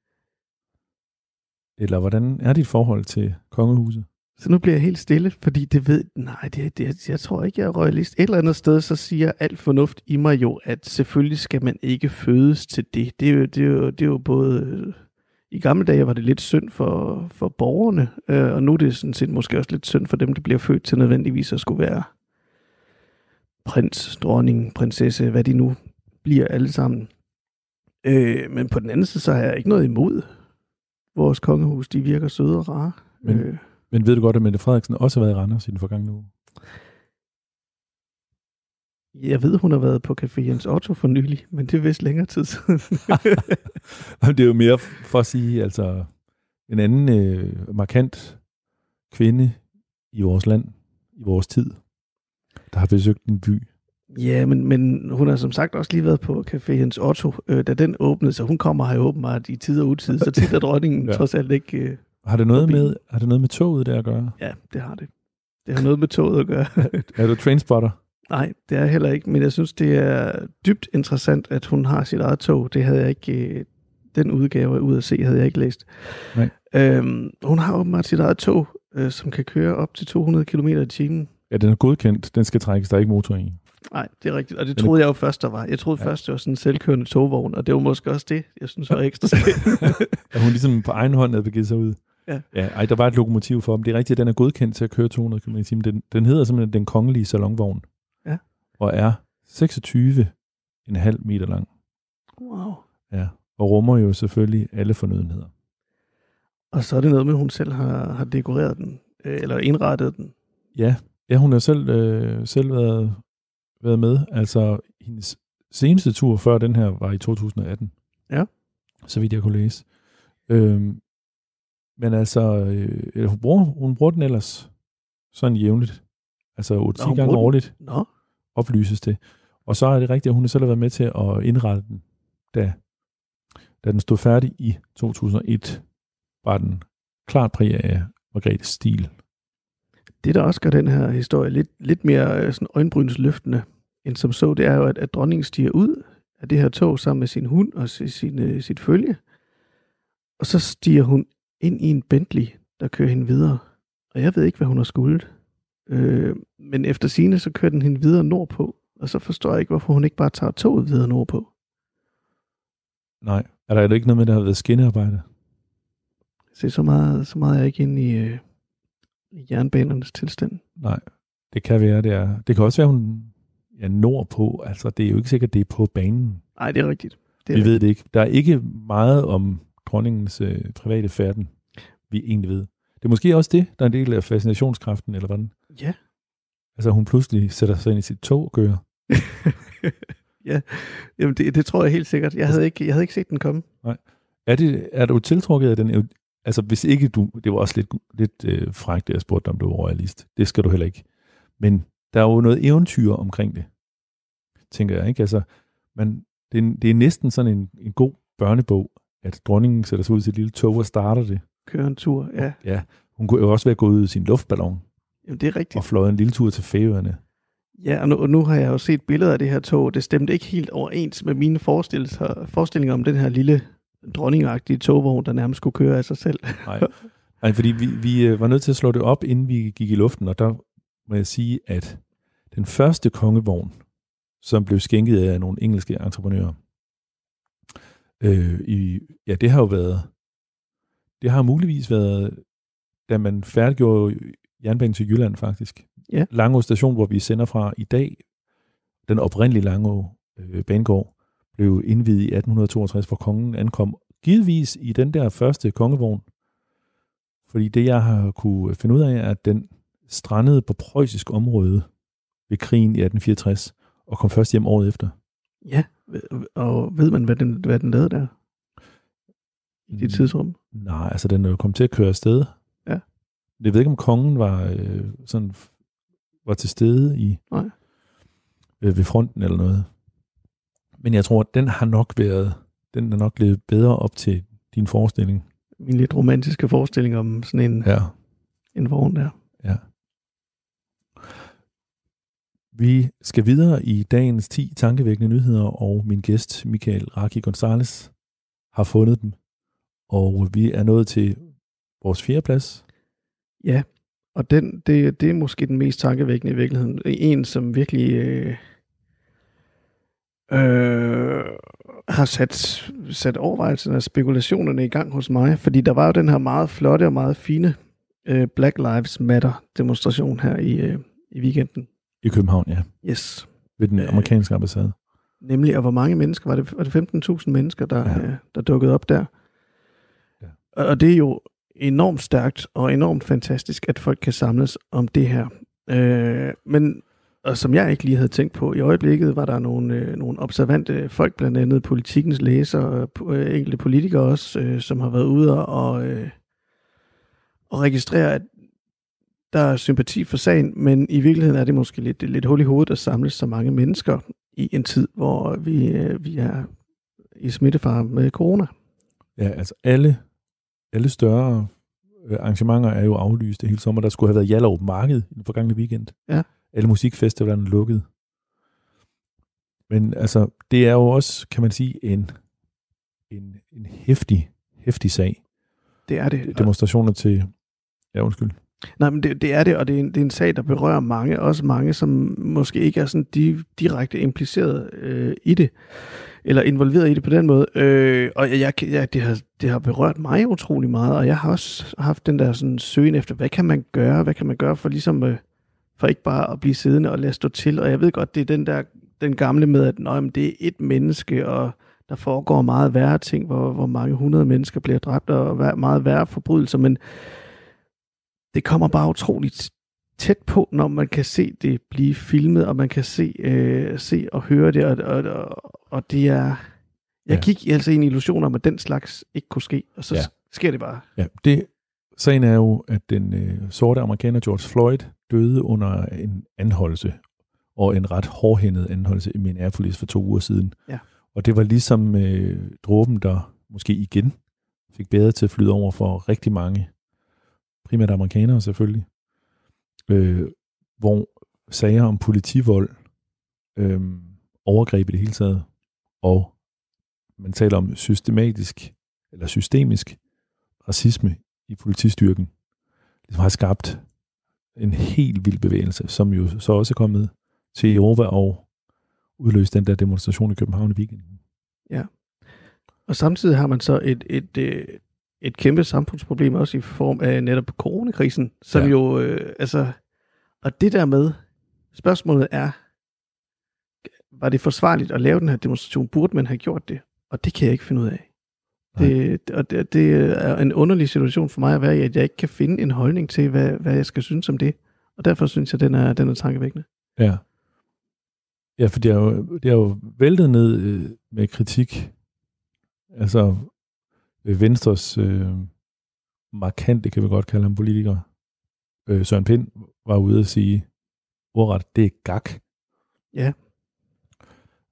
Eller hvordan er dit forhold til kongehuset? Så nu bliver jeg helt stille, fordi det ved... Nej, det, det, jeg tror ikke, jeg er royalist. Et eller andet sted, så siger alt fornuft i mig jo, at selvfølgelig skal man ikke fødes til det. Det er jo, det er jo, det er jo både... I gamle dage var det lidt synd for, for borgerne, øh, og nu er det sådan set måske også lidt synd for dem, der bliver født til nødvendigvis at skulle være prins, dronning, prinsesse, hvad de nu bliver alle sammen. Øh, men på den anden side, så har jeg ikke noget imod vores kongehus. De virker søde og rare. Men, øh. men ved du godt, at Mette Frederiksen også har været i Randers i den forgangne uge? Jeg ved, hun har været på Café Jens Otto for nylig, men det er vist længere tid siden. Det er jo mere for at sige, altså en anden øh, markant kvinde i vores land, i vores tid, der har besøgt en by. Ja, men, men hun har som sagt også lige været på Café Jens Otto, øh, da den åbnede, så hun kommer her åbenbart i tid og utid, så tit er dronningen ja. trods alt ikke øh, har det noget med Har det noget med toget der at gøre? Ja, det har det. Det har noget med toget at gøre. Er du trainspotter? Nej, det er jeg heller ikke, men jeg synes, det er dybt interessant, at hun har sit eget tog. Det havde jeg ikke, den udgave ud at se, havde jeg ikke læst. Nej. Øhm, hun har åbenbart sit eget tog, øh, som kan køre op til to hundrede kilometer i timen. Ja, den er godkendt. Den skal trækkes, der er ikke motor i. Nej, det er rigtigt, og det troede jeg jo først, der var. Jeg troede ja. først, det var sådan en selvkørende togvogn, og det var måske også det, jeg synes var ekstra spændende. Ja, hun ligesom på egen hånd havde begivet sig ud. Ja. Ja, ej, der var et lokomotiv for dem. Det er rigtigt, at den er godkendt til at køre to hundrede kilometer i timen. Den, den hedder simpelthen Den Kongelige Salonvogn. Ja. Og er seksogtyve komma fem meter lang. Wow. Ja, og rummer jo selvfølgelig alle fornødenheder. Og så er det noget med, at hun selv har, har dekoreret den, øh, eller indrettet den. Ja, ja hun har selv, øh, selv været, været med. Altså, hendes seneste tur før den her var i to tusind og atten. Ja. Så vidt jeg kunne læse. Øhm, men altså, øh, hun, bruger, hun bruger den ellers sådan jævnligt. Altså otte til ti gange årligt. Nå. Oplyses det. Og så er det rigtigt, at hun selv har været med til at indrette den, da, da den stod færdig i to tusind og et, var den klart præg af Margrethes stil. Det, der også gør den her historie lidt, lidt mere sådan øjenbrynsløftende, end som så, det er jo, at, at dronningen stiger ud af det her tog sammen med sin hund og sin, sit følge, og så stiger hun ind i en Bentley, der kører hende videre. Og jeg ved ikke, hvad hun har skuldet. Øh, men efter sigende, så kører den hende videre nordpå, og så forstår jeg ikke, hvorfor hun ikke bare tager toget videre nordpå. Nej, er der ikke noget med, der har været skinnearbejde? Se, så meget, så meget er jeg ikke inde i, øh, i jernbanernes tilstand. Nej, det kan være, det er. Det kan også være, hun er nordpå. Altså, det er jo ikke sikkert, det er på banen. Nej, det er rigtigt. Det er vi rigtigt. ved det ikke. Der er ikke meget om dronningens øh, private færden, vi egentlig ved. Det er måske også det, der er en del af fascinationskraften, eller hvordan? Ja. Altså, hun pludselig sætter sig ind i sit tog og kører. Ja, jamen det, det tror jeg helt sikkert. Jeg havde ikke, jeg havde ikke set den komme. Nej. Er, det, er du tiltrukket af den? Altså, hvis ikke du... Det var også lidt, lidt øh, frækt, jeg spurgte, om du var royalist. Det skal du heller ikke. Men der er jo noget eventyr omkring det. tænker jeg, ikke? Altså, man, det, er, det er næsten sådan en, en god børnebog, at dronningen sætter sig ud til et lille tog og starter det. Kører en tur, ja. Ja, hun kunne jo også være gået ud i sin luftballon. Jamen, det er rigtigt. Og fløjet en lille tur til Færøerne. Ja, og nu, og nu har jeg jo set billeder af det her tog. Det stemte ikke helt overens med mine forestillinger, forestillinger om den her lille dronningagtige togvogn, der nærmest skulle køre af sig selv. Nej, Nej fordi vi, vi var nødt til at slå det op, inden vi gik i luften, og der må jeg sige, at den første kongevogn, som blev skænket af nogle engelske entreprenører, øh, i, ja, det har jo været, det har muligvis været, da man færdiggjorde jernbanen til Jylland faktisk. Ja. Langå station, hvor vi sender fra i dag, den oprindelige Langå øh, banegård, blev indviet i atten toogtres, hvor kongen ankom. Givetvis i den der første kongevogn, fordi det, jeg har kunne finde ud af, er, at den strandede på preussisk område ved krigen i atten fireogtres, og kom først hjem året efter. Ja, og ved man, hvad den, hvad den lavede der? I det tidsrum? Nej, altså den er jo kommet til at køre afsted. Ja. Jeg ved ikke, om kongen var, øh, sådan, var til stede i, Nej. Øh, ved fronten eller noget. Men jeg tror, at den har nok været, den er nok levet bedre op til din forestilling. Min lidt romantiske forestilling om sådan en, ja. en vogn der. Ja. Vi skal videre i dagens ti tankevækkende nyheder, og min gæst, Michael Raki Gonzalez, har fundet dem. Og vi er nået til vores fjerde plads. Ja, og den, det, det er måske den mest tankevækkende i virkeligheden. En, som virkelig øh, øh, har sat, sat overvejelserne og spekulationerne i gang hos mig. Fordi der var jo den her meget flotte og meget fine øh, Black Lives Matter demonstration her i, øh, i weekenden. I København, ja. Yes. Ved den amerikanske ambassade. Øh, nemlig, og hvor mange mennesker? Var det, var det femten tusind mennesker, der, ja. øh, der dukkede op der? Ja. Og, og det er jo enormt stærkt og enormt fantastisk, at folk kan samles om det her. Øh, men, og som jeg ikke lige havde tænkt på, i øjeblikket var der nogle, øh, nogle observante folk, blandt andet Politikens læser og øh, enkelte politikere også, øh, som har været ude og, øh, og registrere, at der er sympati for sagen, men i virkeligheden er det måske lidt, lidt hul i hovedet at samles så mange mennesker i en tid, hvor vi, øh, vi er i smittefare med corona. Ja, altså alle Alle større arrangementer er jo aflyst det hele sommer. Der skulle have været Hjallerup Marked i den forgangne weekend. Ja. Alle musikfestivalerne er lukket. Men altså, det er jo også, kan man sige, en, en, en hæftig, hæftig sag. Det er det. Demonstrationer til... Ja, undskyld. Nej, men det, det er det, og det er, en, det er en sag, der berører mange. Også mange, som måske ikke er sådan di, direkte impliceret øh, i det. Eller involveret i det på den måde. Øh, og jeg, jeg, det, har, det har berørt mig utrolig meget, og jeg har også haft den der sådan søgen efter, hvad kan man gøre? Hvad kan man gøre for ligesom, øh, for ikke bare at blive siddende og lade stå til? Og jeg ved godt, det er den der, den gamle med, at nøj, det er et menneske, og der foregår meget værre ting, hvor, hvor mange hundrede mennesker bliver dræbt, og vær, meget værre forbrydelser, men det kommer bare utroligt tæt på, når man kan se det blive filmet, og man kan se, øh, se og høre det, og, og, og, og det er... Jeg ja. gik altså i en illusion om, at den slags ikke kunne ske, og så ja. sker det bare. Ja, det, sagen er jo, at den øh, sorte amerikaner George Floyd døde under en anholdelse, og en ret hårdhændet anholdelse i Minneapolis for to uger siden. Ja. Og det var ligesom øh, dråben, der måske igen fik bedre til at flyde over for rigtig mange, primært amerikanere selvfølgelig, øh, hvor sager om politivold, øh, overgreb i det hele taget, og man taler om systematisk eller systemisk racisme i politistyrken, ligesom har skabt en helt vild bevægelse, som jo så også er kommet til Europa og udløst den der demonstration i København i weekenden. Ja, og samtidig har man så et, et, et, et kæmpe samfundsproblem også i form af netop coronakrisen, som ja. jo, øh, altså, og det der med, spørgsmålet er, var det forsvarligt at lave den her demonstration? Burde man have gjort det? Og det kan jeg ikke finde ud af. Det, og det, det er en underlig situation for mig at være i, at jeg ikke kan finde en holdning til, hvad, hvad jeg skal synes om det. Og derfor synes jeg, at den er, den er tankevækkende. Ja. Ja, for det er jo, det er jo væltet ned øh, med kritik. Altså, Venstres øh, markante, kan vi godt kalde ham, politiker, øh, Søren Pind, var ude at sige, ordret, det er gak. Ja.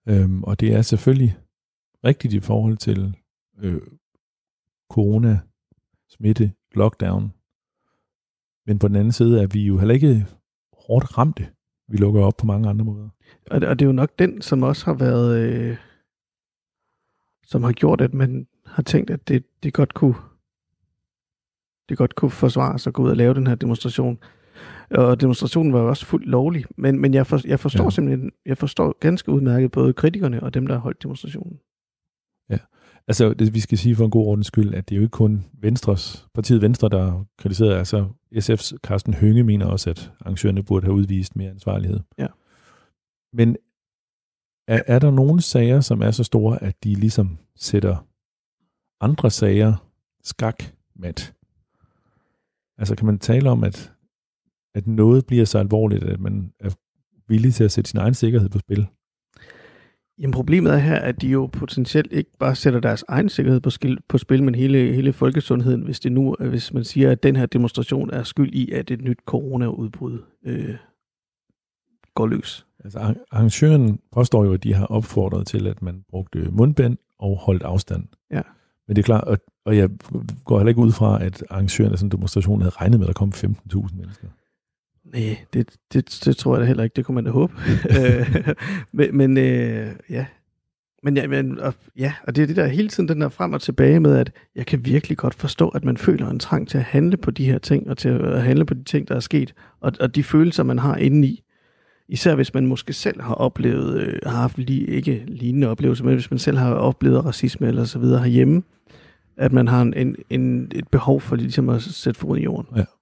Øhm, og det er selvfølgelig rigtigt i forhold til øh, corona, smitte, lockdown. Men på den anden side er vi jo heller ikke hårdt ramte. Vi lukker op på mange andre måder. Og det, og det er jo nok den, som også har været, øh, som har gjort, at man har tænkt, at det, det godt kunne, det godt kunne forsvare sig at gå ud og lave den her demonstration. Og demonstrationen var jo også fuldt lovlig, men, men jeg, for, jeg forstår ja. simpelthen, jeg forstår ganske udmærket både kritikerne og dem, der har holdt demonstrationen. Ja, altså det, vi skal sige for en god ordens skyld, at det er jo ikke kun Venstres, partiet Venstre, der har kritiseret, altså S F's Carsten Hønge mener også, at arrangørerne burde have udvist mere ansvarlighed. Ja. Men er, er der nogle sager, som er så store, at de ligesom sætter andre sager skakmat? Altså kan man tale om, at at noget bliver så alvorligt, at man er villig til at sætte sin egen sikkerhed på spil? Jamen problemet er her, at de jo potentielt ikke bare sætter deres egen sikkerhed på, skil, på spil, men hele, hele folkesundheden, hvis det nu, hvis man siger, at den her demonstration er skyld i, at et nyt corona-udbrud øh, går løs. Altså arrangøren påstår jo, at de har opfordret til, at man brugte mundbind og holdt afstand. Ja. Men det er klart, og, og jeg går heller ikke ud fra, at arrangøren af sådan en demonstration havde regnet med, at der kom femten tusind mennesker. Nej, det, det, det tror jeg da heller ikke. Det kunne man da håbe. men men øh, ja. Men ja, men, og, ja, og det er det der hele tiden, den der frem og tilbage med, at jeg kan virkelig godt forstå, at man føler en trang til at handle på de her ting, og til at handle på de ting, der er sket, og, og de følelser, man har indeni. Især hvis man måske selv har oplevet, øh, har haft lige, ikke lignende oplevelser, men hvis man selv har oplevet racisme eller så videre herhjemme, at man har en, en, et behov for ligesom at sætte foden i jorden. Ja.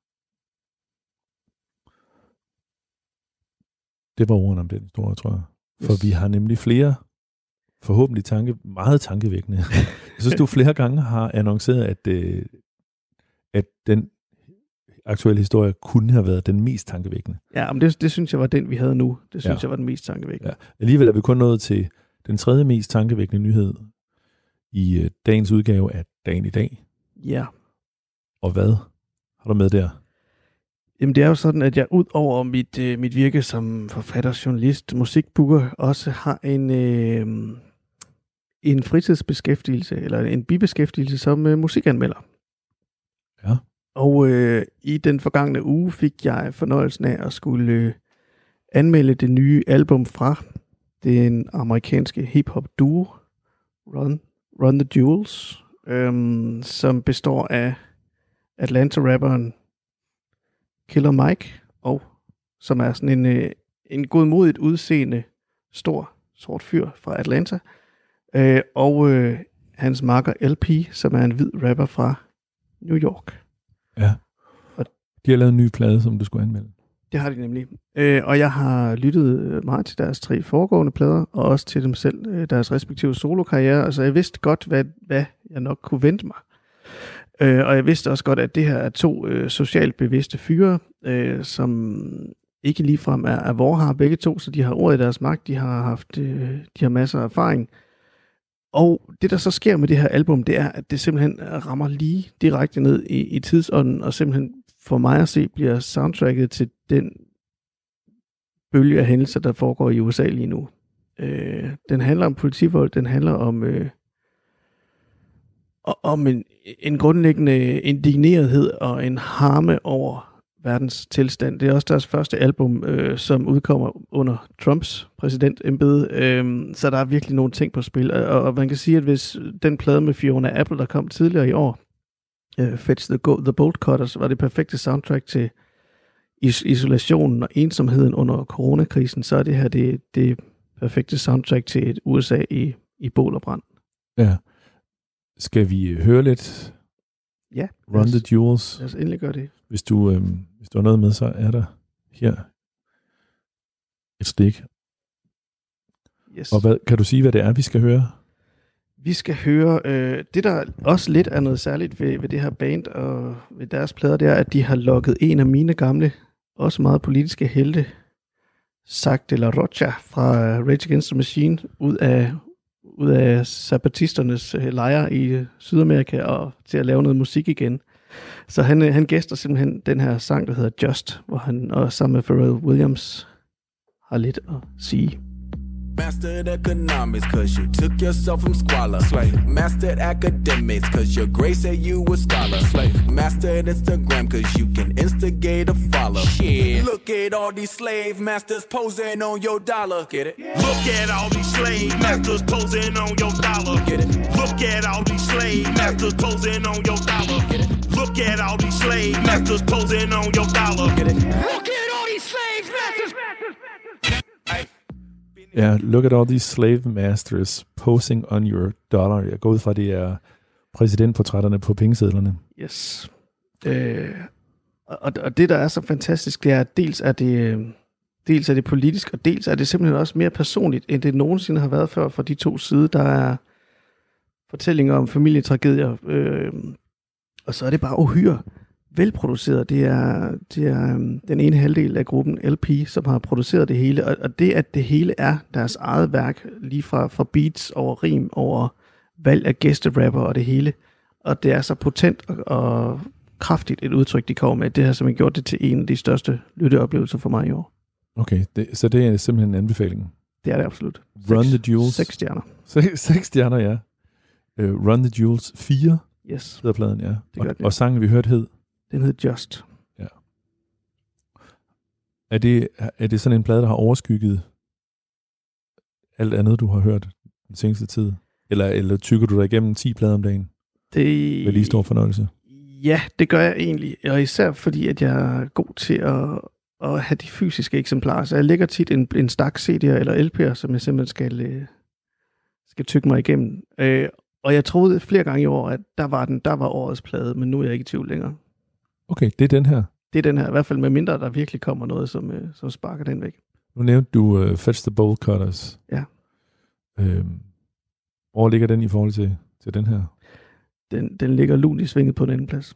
Det var ordene om den historie, tror jeg. For yes. Vi har nemlig flere, forhåbentlig tanke, meget tankevækkende. Jeg synes, du flere gange har annonceret, at, øh, at den aktuelle historie kunne have været den mest tankevækkende. Ja, men det, det synes jeg var den, vi havde nu. Det synes ja. jeg var den mest tankevækkende. Ja. Alligevel er vi kun nået til den tredje mest tankevækkende nyhed i øh, dagens udgave af Dagen i dag. Ja. Og hvad har du med der? Jamen det er jo sådan, at jeg ud over mit, øh, mit virke som forfatter, journalist, musikbooker, også har en, øh, en fritidsbeskæftigelse, eller en bibeskæftigelse som øh, musikanmelder. Ja. Og øh, i den forgangne uge fik jeg fornøjelsen af at skulle øh, anmelde det nye album fra den amerikanske hip-hop duo, Run, Run the Jewels, øh, som består af Atlanta-rapperen Killer Mike, og som er sådan en, en godmodigt udseende, stor, sort fyr fra Atlanta, øh, og øh, hans makker L P, som er en hvid rapper fra New York. Ja, og de har lavet en ny plade, som du skulle anmelde. Det har de nemlig. Øh, og jeg har lyttet meget til deres tre foregående plader, og også til dem selv, deres respektive solokarriere. Altså jeg vidste godt, hvad, hvad jeg nok kunne vente mig. Øh, og jeg vidste også godt, at det her er to øh, socialt bevidste fyre, øh, som ikke ligefrem er, er vorhar begge to, så de har ordet i deres magt, de har haft, øh, de har masser af erfaring. Og det, der så sker med det her album, det er, at det simpelthen rammer lige direkte ned i, i tidsånden, og simpelthen for mig at se, bliver soundtracket til den bølge af hændelser, der foregår i U S A lige nu. Øh, den handler om politivold, den handler om... Øh, om en, en grundlæggende indignerethed og en harme over verdens tilstand. Det er også deres første album, øh, som udkommer under Trumps præsidentembede, øh, så der er virkelig nogle ting på spil. Og, og man kan sige, at hvis den plade med Fiona Apple, der kom tidligere i år, øh, Fetch the, Go- the Bolt Cutters, var det perfekte soundtrack til is- isolationen og ensomheden under coronakrisen, så er det her det, det perfekte soundtrack til et U S A i, i bål og brand. Ja. Skal vi høre lidt? Ja. Run the Jewels. Lad os endelig gøre det. Hvis du, øh, hvis du har noget med, så er der her et stik. Yes. Og hvad, kan du sige, hvad det er, vi skal høre? Vi skal høre, øh, det der også lidt er noget særligt ved, ved det her band og ved deres plader, det er, at de har lukket en af mine gamle, også meget politiske helte, Zack de la Rocha fra Rage Against the Machine, ud af ud af zapatisternes øh, lejre i øh, Sydamerika og til at lave noget musik igen. Så han, øh, han gæster simpelthen den her sang, der hedder Just, hvor han og sammen med Pharrell Williams har lidt at sige. Mastered economics cause you took yourself from squalor. Slave. Mastered academics cause your grade said you were scholar. Slave. Mastered Instagram cause you can instigate a follow. Shit. Look at all these slave masters posing on your dollar. Get it? Yeah. Look at all these slave masters posing on your dollar. Get it? Look at all these slave masters posing on your dollar. Get it? Look at all these slave masters posing on your dollar. Get it? Look at all these slave masters. Hey. Ja, look at all these slave masters posing on your dollar. Jeg går ud fra, det er præsidentportrætterne på pengesedlerne. Yes. Øh, og, og det, der er så fantastisk, det er, at dels er det, dels er det politisk, og dels er det simpelthen også mere personligt, end det nogensinde har været før fra de to sider. Der er fortællinger om familietragedier, øh, og så er det bare uhyre velproduceret. Det er, det er den ene halvdel af gruppen L P, som har produceret det hele, og, og det, at det hele er deres eget værk, lige fra, fra beats over rim, over valg af gæsterapper og det hele, og det er så potent og, og kraftigt et udtryk, de kommer med. Det har simpelthen gjort det til en af de største lytteoplevelser for mig i år. Okay, det, så det er simpelthen en anbefaling. Det er det absolut. Run the Jewels. Seks stjerner. Seks, seks stjerner, ja. Uh, Run the Jewels fire Yes. hedder pladen, ja. Det Og, og sangen, vi hørte, hed? Den hed Just. Ja. Er det, er det sådan en plade, der har overskygget alt andet, du har hørt den seneste tid? Eller, eller tykker du dig igennem ti plader om dagen? Det... Med lige stor fornøjelse? Ja, det gør jeg egentlig. Og især fordi, at jeg er god til at, at have de fysiske eksemplarer. Så jeg lægger tit en, en stak C D'er eller L P'er, som jeg simpelthen skal, skal tykke mig igennem. Og jeg troede flere gange i år, at der var, den, der var årets plade, men nu er jeg ikke i tvivl længere. Okay, det er den her. Det er den her, i hvert fald med mindre, der virkelig kommer noget, som, øh, som sparker den væk. Nu nævnte du uh, Fetch the Bolt Cutters. Ja. Øhm, hvor ligger den i forhold til, til den her? Den, den ligger lunt i svinget på en anden plads.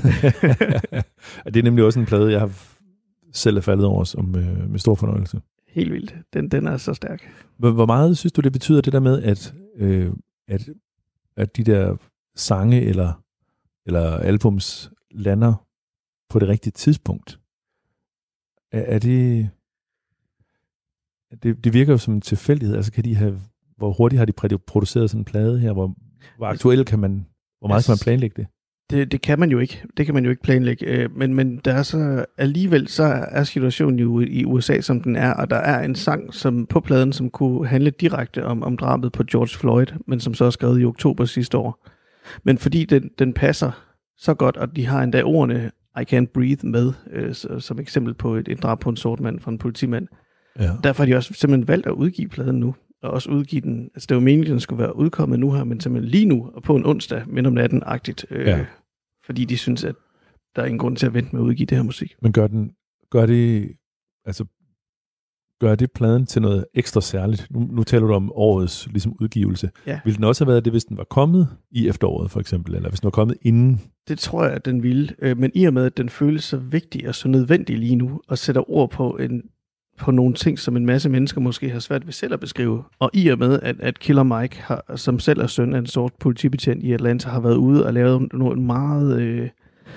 Det er nemlig også en plade, jeg har selv er faldet over som, øh, med stor fornøjelse. Helt vildt. Den, den er så stærk. Hvor, hvor meget synes du, det betyder det der med, at, øh, at, at de der sange eller, eller albums lander på det rigtige tidspunkt? Er, er det, det... Det virker jo som en tilfældighed. Altså kan de have... Hvor hurtigt har de produceret sådan en plade her? Hvor, hvor aktuelt kan man... Hvor meget kan man planlægge det? Det, det kan man jo ikke. Det kan man jo ikke planlægge. Men, men der er så alligevel så er situationen jo i U S A, som den er, og der er en sang som på pladen, som kunne handle direkte om, om drabet på George Floyd, men som så er skrevet i oktober sidste år. Men fordi den, den passer så godt, og de har endda ordene I Can't Breathe med, øh, som eksempel på et, et drab på en sort mand fra en politimand. Ja. Derfor har de også simpelthen valgt at udgive pladen nu, og også udgive den. Altså det var meningen, at den skulle være udkommet nu her, men simpelthen lige nu, og på en onsdag, midt om natten-agtigt. Øh, ja. Fordi de synes, at der er ingen grund til at vente med at udgive det her musik. Men gør den, gør det, altså, gør det pladen til noget ekstra særligt? Nu, nu taler du om årets ligesom, udgivelse. Ja. Ville den også have været det, hvis den var kommet i efteråret, for eksempel, eller hvis den var kommet inden? Det tror jeg, at den ville. Men i og med, at den føles så vigtig og så nødvendig lige nu, og sætter ord på, en, på nogle ting, som en masse mennesker måske har svært ved selv at beskrive. Og i og med, at, at Killer Mike, har, som selv er søn af en sort politibetjent i Atlanta, har været ude og lavet nogle meget, øh,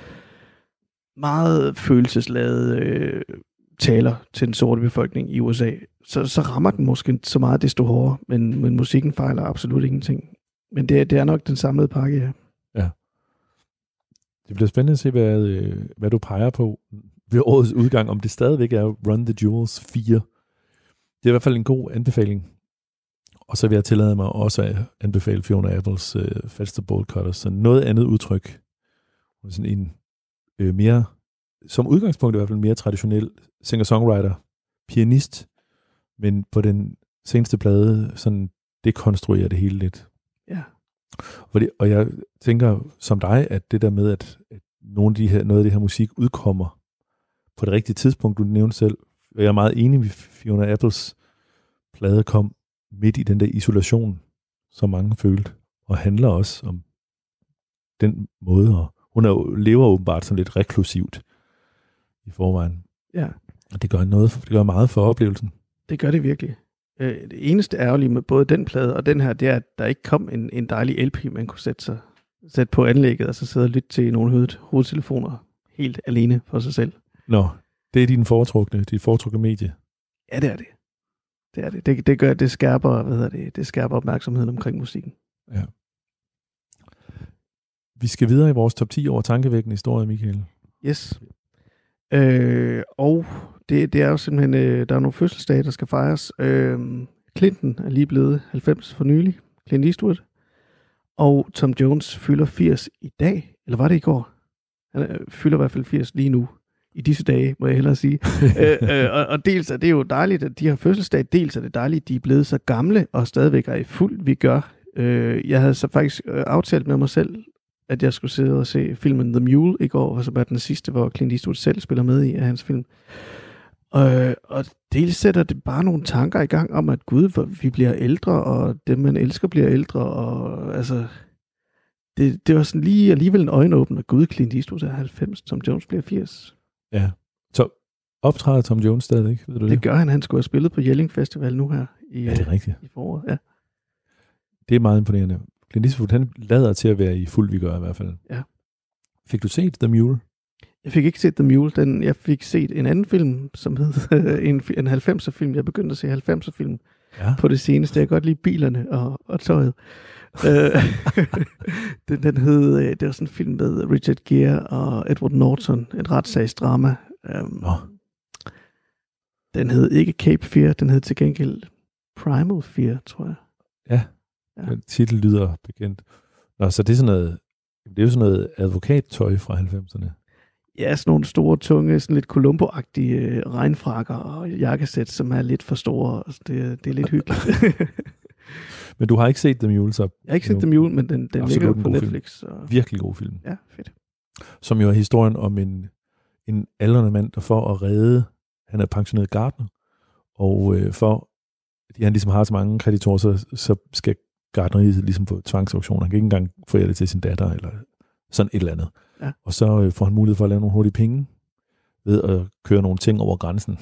meget følelsesladede øh, taler til den sorte befolkning i U S A, så, så rammer den måske så meget desto hårdere, men, men musikken fejler absolut ingenting. Men det, det er nok den samlede pakke, ja. Ja. Det bliver spændende at se, hvad, hvad du peger på ved årets udgang, om det stadigvæk er Run the Jewels fire. Det er i hvert fald en god anbefaling. Og så vil jeg tillade mig også at anbefale Fiona Apples uh, Fetch the Bolt Cutters. Så noget andet udtryk. Sådan en øh, mere, som udgangspunkt i hvert fald mere traditionel singer-songwriter, pianist, men på den seneste plade sådan dekonstruerer det hele lidt. Ja. Fordi, og jeg tænker som dig, at det der med, at, at nogle af de her, noget af det her musik udkommer på det rigtige tidspunkt, du nævnte selv, og jeg er meget enig med Fiona Apples plade kom midt i den der isolation, som mange følte, og handler også om den måde, og hun er, lever åbenbart sådan lidt reklusivt i forvejen. Ja. Og det gør, noget, det gør meget for oplevelsen. Det gør det virkelig. Det eneste ærgerlige med både den plade og den her, det er, at der ikke kom en, en dejlig L P, man kunne sætte, sig, sætte på anlægget, og så sidde og lytte til nogle hovedtelefoner helt alene for sig selv. Nå, det er din foretrukne, dit foretrukne medie. Ja, det er det. det er det. Det, det gør, det skærper, hvad hedder det, det skærper opmærksomheden omkring musikken. Ja. Vi skal videre i vores top ti over tankevækkende historier, Michael. Yes. Øh, og det, det er jo simpelthen, øh, der er nogle fødselsdage, der skal fejres. Øh, Clinton er lige blevet halvfems for nylig. Clint Eastwood. Og Tom Jones fylder firs i dag. Eller var det i går? Han øh, fylder i hvert fald firs lige nu. I disse dage, må jeg hellere sige. øh, øh, og, og dels er det jo dejligt, at de har fødselsdag. Dels er det dejligt, at de er blevet så gamle og stadigvæk er i fuld vi gør. Øh, jeg havde så faktisk øh, aftalt med mig selv, at jeg skulle sidde og se filmen The Mule i går, som er den sidste, hvor Clint Eastwood selv spiller med i af hans film. Og, og dels sætter det bare nogle tanker i gang om, at gud, vi bliver ældre, og dem man elsker bliver ældre, og altså, det, det var sådan lige alligevel en øjenåbner. Gud, Clint Eastwood er halvfems, Tom Jones bliver firs. Ja, så optræder Tom Jones stadigvæk, ved du det? Det gør han, han skulle have spillet på Jelling Festival nu her i, ja, det er rigtigt. i foråret. Ja. Det er meget imponerende. Clint Eastwood, han lader til at være i fuld vigør i hvert fald. Ja. Fik du set The Mule? Jeg fik ikke set The Mule. Den, jeg fik set en anden film, som hed en, en halvfemser film. Jeg begyndte at se halvfemser film ja. på det seneste. Jeg kan godt lide bilerne og, og tøjet. den, den hed, det var sådan en film med Richard Gere og Edward Norton. Et retssagsdrama. Um, oh. Den hed ikke Cape Fear. Den hed til gengæld Primal Fear, tror jeg. Ja. Ja. Titel lyder bekendt. Nå, så det er sådan noget, det er jo sådan noget advokattøj fra halvfemserne. Ja, sådan nogle store, tunge, sådan lidt Columbo-agtige øh, regnfrakker og jakkesæt, som er lidt for store. Altså, det, det er lidt hyggeligt. Men du har ikke set The Mule, så... Jeg har ikke set The Mule, men den, den ligger på Netflix. Og... Virkelig god film. Ja, fedt. Som jo er historien om en, en aldrende mand, der for at redde, han er pensioneret gartner, og øh, for, fordi han ligesom har så mange kreditorer, så, så skal gartneriet ligesom på tvangsauktion. Han kan ikke engang få det til sin datter, eller sådan et eller andet. Ja. Og så øh, får han mulighed for at lave nogle hurtige penge, ved at køre nogle ting over grænsen.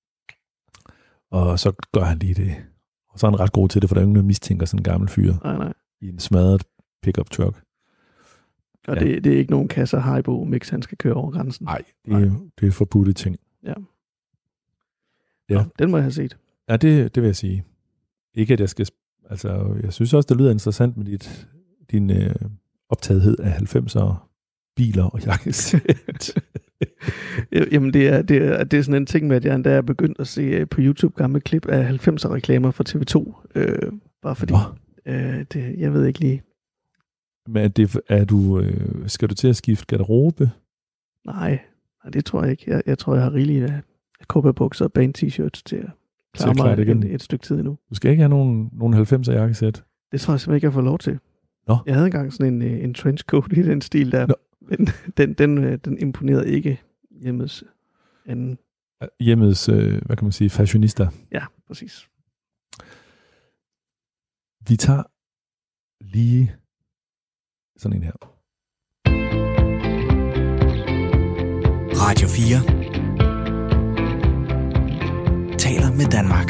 Og så gør han lige det. Og så er han ret god til det, for der er jo ingen, der mistænker sådan en gammel fyr nej, nej. i en smadret pickup truck. Og ja. det, det er ikke nogen kasser Haribo mix, han skal køre over grænsen. Nej, det er, det er forbudte ting. Ja. Ja. Nå, den må jeg have set. Ja, det, det vil jeg sige. Ikke at jeg skal... Altså, jeg synes også, det lyder interessant med dit, din øh, optagethed af halvfemser biler og jakkesæt. Jamen, det er, det, er, det er sådan en ting med, at jeg endda er begyndt at se på YouTube gamle klip af halvfemser reklamer fra T V to. Øh, bare fordi, øh, det, jeg ved ikke lige. Men er, det, er du, øh, skal du til at skifte garderobe? Nej, nej, det tror jeg ikke. Jeg, jeg tror, jeg har rigeligt af cowboybukser og band-t-shirts til at klare mig et, et stykke tid endnu. Du skal ikke have nogen, nogen halvfemser jakkesæt? Det tror jeg simpelthen ikke, jeg får lov til. Nå. Jeg havde engang sådan en, en trenchcoat i den stil der, Nå. men den, den, den imponerede ikke hjemmets anden. Hjemmets, øh, hvad kan man sige, fashionista. Ja, præcis. Vi tager lige sådan en her. Radio fire taler med Danmark.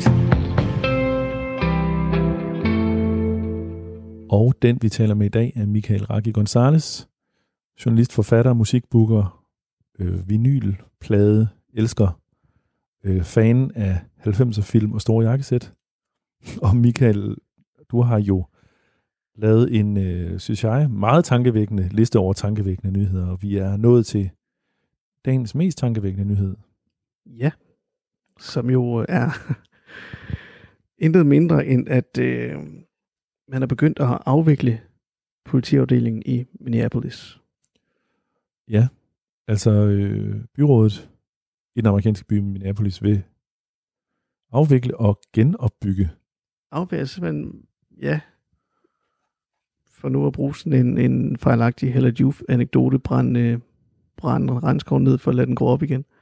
Og den, vi taler med i dag, er Michael Raggi González, journalist, forfatter, musikbooker, øh, vinylplade, elsker, øh, fan af halvfemser film og store jakkesæt. Og Michael, du har jo lavet en, øh, synes jeg, meget tankevækkende liste over tankevækkende nyheder, og vi er nået til dagens mest tankevækkende nyhed. Ja, som jo er intet mindre end, at øh, man er begyndt at afvikle politiafdelingen i Minneapolis. Ja, altså øh, byrådet i den amerikanske by Minneapolis vil afvikle og genopbygge. Afvikle simpelthen, ja, for nu at bruge sådan en, en fejlagtig Hella Juf-anekdote, brænde brænde regnskov ned for at lade den gå op igen.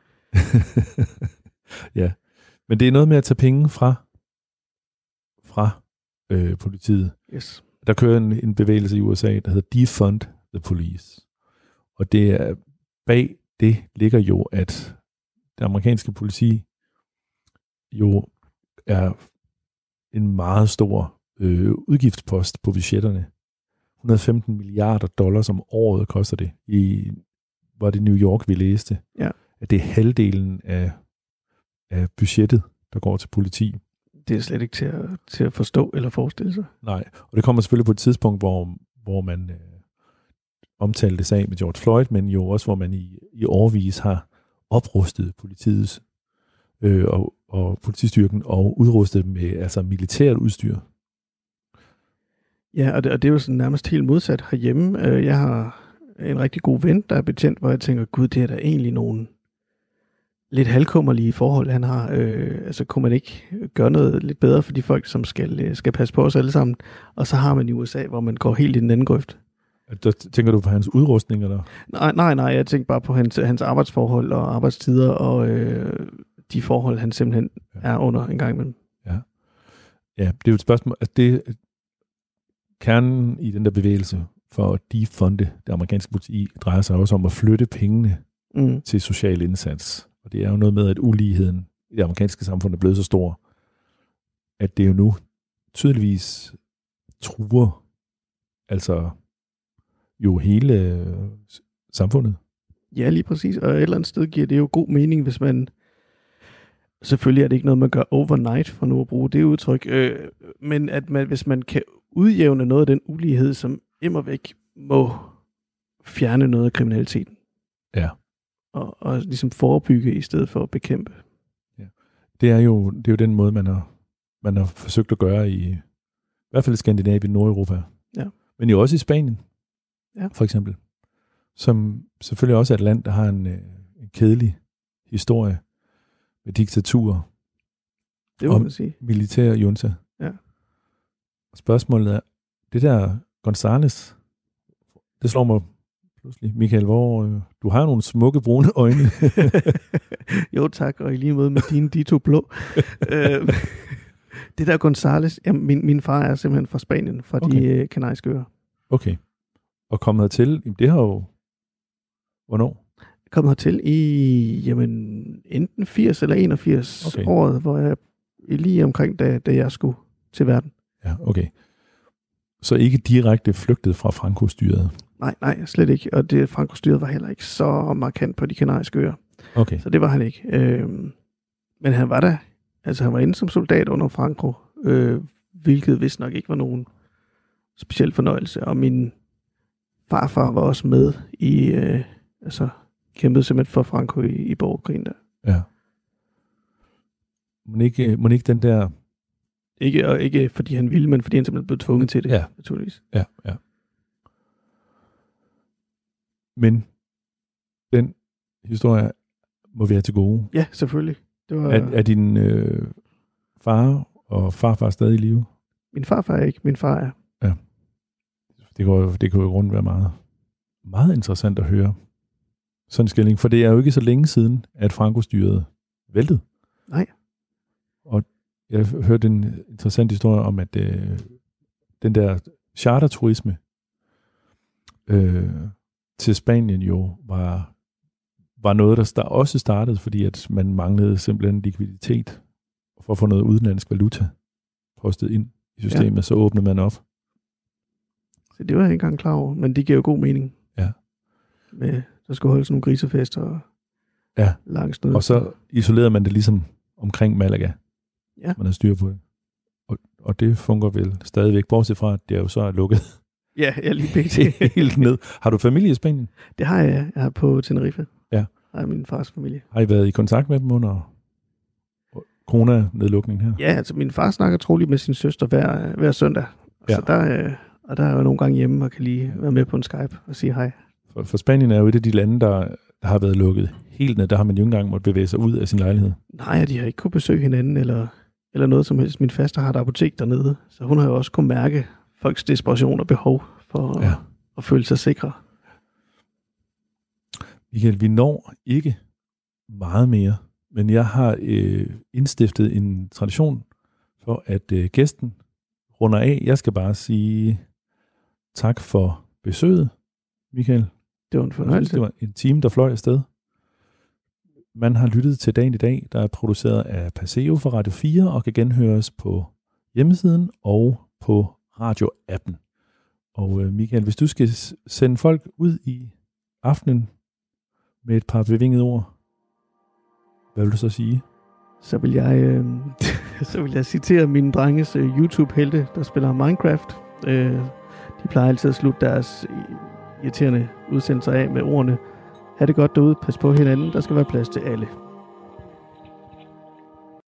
Ja, men det er noget med at tage penge fra fra øh, politiet. Yes. Der kører en, en bevægelse i U S A, der hedder Defund the Police. Og det er, bag det ligger jo, at det amerikanske politi jo er en meget stor øh, udgiftspost på budgetterne. et hundrede og femten milliarder dollars om året koster det. I, var det New York, vi læste. Ja. At det er halvdelen af, af budgettet, der går til politi. Det er slet ikke til at, til at forstå eller forestille sig. Nej, og det kommer selvfølgelig på et tidspunkt, hvor, hvor man øh, omtalte sag med George Floyd, men jo også, hvor man i, i årevis har oprustet politiets øh, og, og politistyrken og udrustet dem med altså militært udstyr. Ja, og det, og det er jo sådan nærmest helt modsat herhjemme. Jeg har en rigtig god ven, der er betjent, hvor jeg tænker, gud, det er da egentlig nogle lidt halvkummerlige forhold, han har. Øh, altså, kunne man ikke gøre noget lidt bedre for de folk, som skal, skal passe på os alle sammen? Og så har man i U S A, hvor man går helt i den anden grøft. Der tænker du på hans udrustning, eller? Nej, nej, nej. Jeg tænker bare på hans, hans arbejdsforhold og arbejdstider og øh, de forhold, han simpelthen ja. er under en gang imellem. Ja. Ja, det er jo et spørgsmål. Altså det, kernen i den der bevægelse for at defunde det amerikanske politi drejer sig også om at flytte pengene mm. til social indsats. Og det er jo noget med, at uligheden i det amerikanske samfund er blevet så stor, at det jo nu tydeligvis truer altså jo hele øh, samfundet. Ja, lige præcis. Og et eller andet sted giver det jo god mening, hvis man... Selvfølgelig er det ikke noget, man gør overnight, for nu at bruge det udtryk. Øh, men at man, hvis man kan udjævne noget af den ulighed, som immervæk må fjerne noget af kriminaliteten. Ja. Og, og ligesom forebygge i stedet for at bekæmpe. Ja. Det er jo, det er jo den måde, man har, man har forsøgt at gøre i, i hvert fald i Skandinavien, Nordeuropa. Ja. Men jo også i Spanien, ja. for eksempel. Som selvfølgelig også er et land, der har en, en kedelig historie med diktatur. Det må man sige. Militær junta. Ja. Spørgsmålet er, det der González, det slår mig pludselig. Michael, hvor øh, du har nogle smukke brune øjne. Jo tak, og i lige måde med dine dito blå. øh, det der González, jamen, min, min far er simpelthen fra Spanien, fra okay. de øh, kanariske øer. Okay. Og kommet hertil, jamen, det har jo... Hvornår? Kommet hertil i, jamen, enten firs eller enogfirs okay. året, hvor jeg lige omkring, da, da jeg skulle til verden. Ja, okay. Så ikke direkte flygtet fra Franco-styret? Nej, nej, slet ikke. Og det Franco-styret var heller ikke så markant på de kanariske øer. Okay. Så det var han ikke. Øhm, men han var der. Altså han var inde som soldat under Franco, øh, hvilket vist nok ikke var nogen speciel fornøjelse. Og min farfar var også med i, øh, altså kæmpede simpelthen for Franco i, i borgerkrigen der. Ja. Men ikke, men ikke den der... Ikke, og ikke fordi han ville, men fordi han simpelthen blev tvunget til det, ja. naturligvis. Ja, ja. Men den historie må være til gode. Ja, selvfølgelig. Det var... Er, er din øh, far og farfar stadig i live? Min farfar er ikke, min far er. Ja. Det kunne, det kunne jo rundt være meget, meget interessant at høre sådan en skilling, for det er jo ikke så længe siden, at Franco-styret væltede. Nej. Og jeg hørte en interessant historie om, at øh, den der charterturisme øh, til Spanien jo var, var noget, der start, også startede, fordi at man manglede simpelthen likviditet for at få noget udenlandsk valuta postet ind i systemet, ja. Så åbnede man op. Så det var jeg ikke engang klar over, men det giver jo god mening. Ja. Med, der skulle holdes nogle grisefester og ja. langs noget. Og så isolerede man det ligesom omkring Malaga. Ja. Man har styr på det. Og, og det fungerer vel stadigvæk, bortset fra, at det er jo så er lukket. Ja, jeg lige begge helt ned. Har du familie i Spanien? Det har jeg. Jeg er på Tenerife. Ja. Jeg er min fars familie. Har I været i kontakt med dem under corona-nedlukningen her? Ja, altså min far snakker troligt med sin søster hver, hver søndag. Ja. Så der, og der er jo nogle gange hjemme og kan lige være med på en Skype og sige hej. For, for Spanien er jo et af de lande, der, der har været lukket helt ned. Der har man jo ikke engang måtte bevæge sig ud af sin lejlighed. Nej, de har ikke kunnet besøge hinanden eller, eller noget som helst. Min faster har et apotek dernede, så hun har jo også kunnet mærke folks desperation og behov for ja. at, at føle sig sikre. Michael, vi når ikke meget mere, men jeg har øh, indstiftet en tradition for, at øh, gæsten runder af. Jeg skal bare sige tak for besøget, Michael. Det var en fornøjelse. Det var en time, der fløj afsted. Man har lyttet til Dagen i dag, der er produceret af Paseo for Radio fire og kan genhøres på hjemmesiden og på radioappen. Og øh, Michael, hvis du skal sende folk ud i aftenen med et par bevingede ord, hvad vil du så sige? Så vil jeg... Øh, så vil jeg citere mine drenges uh, YouTube-helte, der spiller Minecraft. Uh, de plejer altid at slutte deres irriterende udsendelser af med ordene: ha' det godt derude, pas på hinanden, der skal være plads til alle.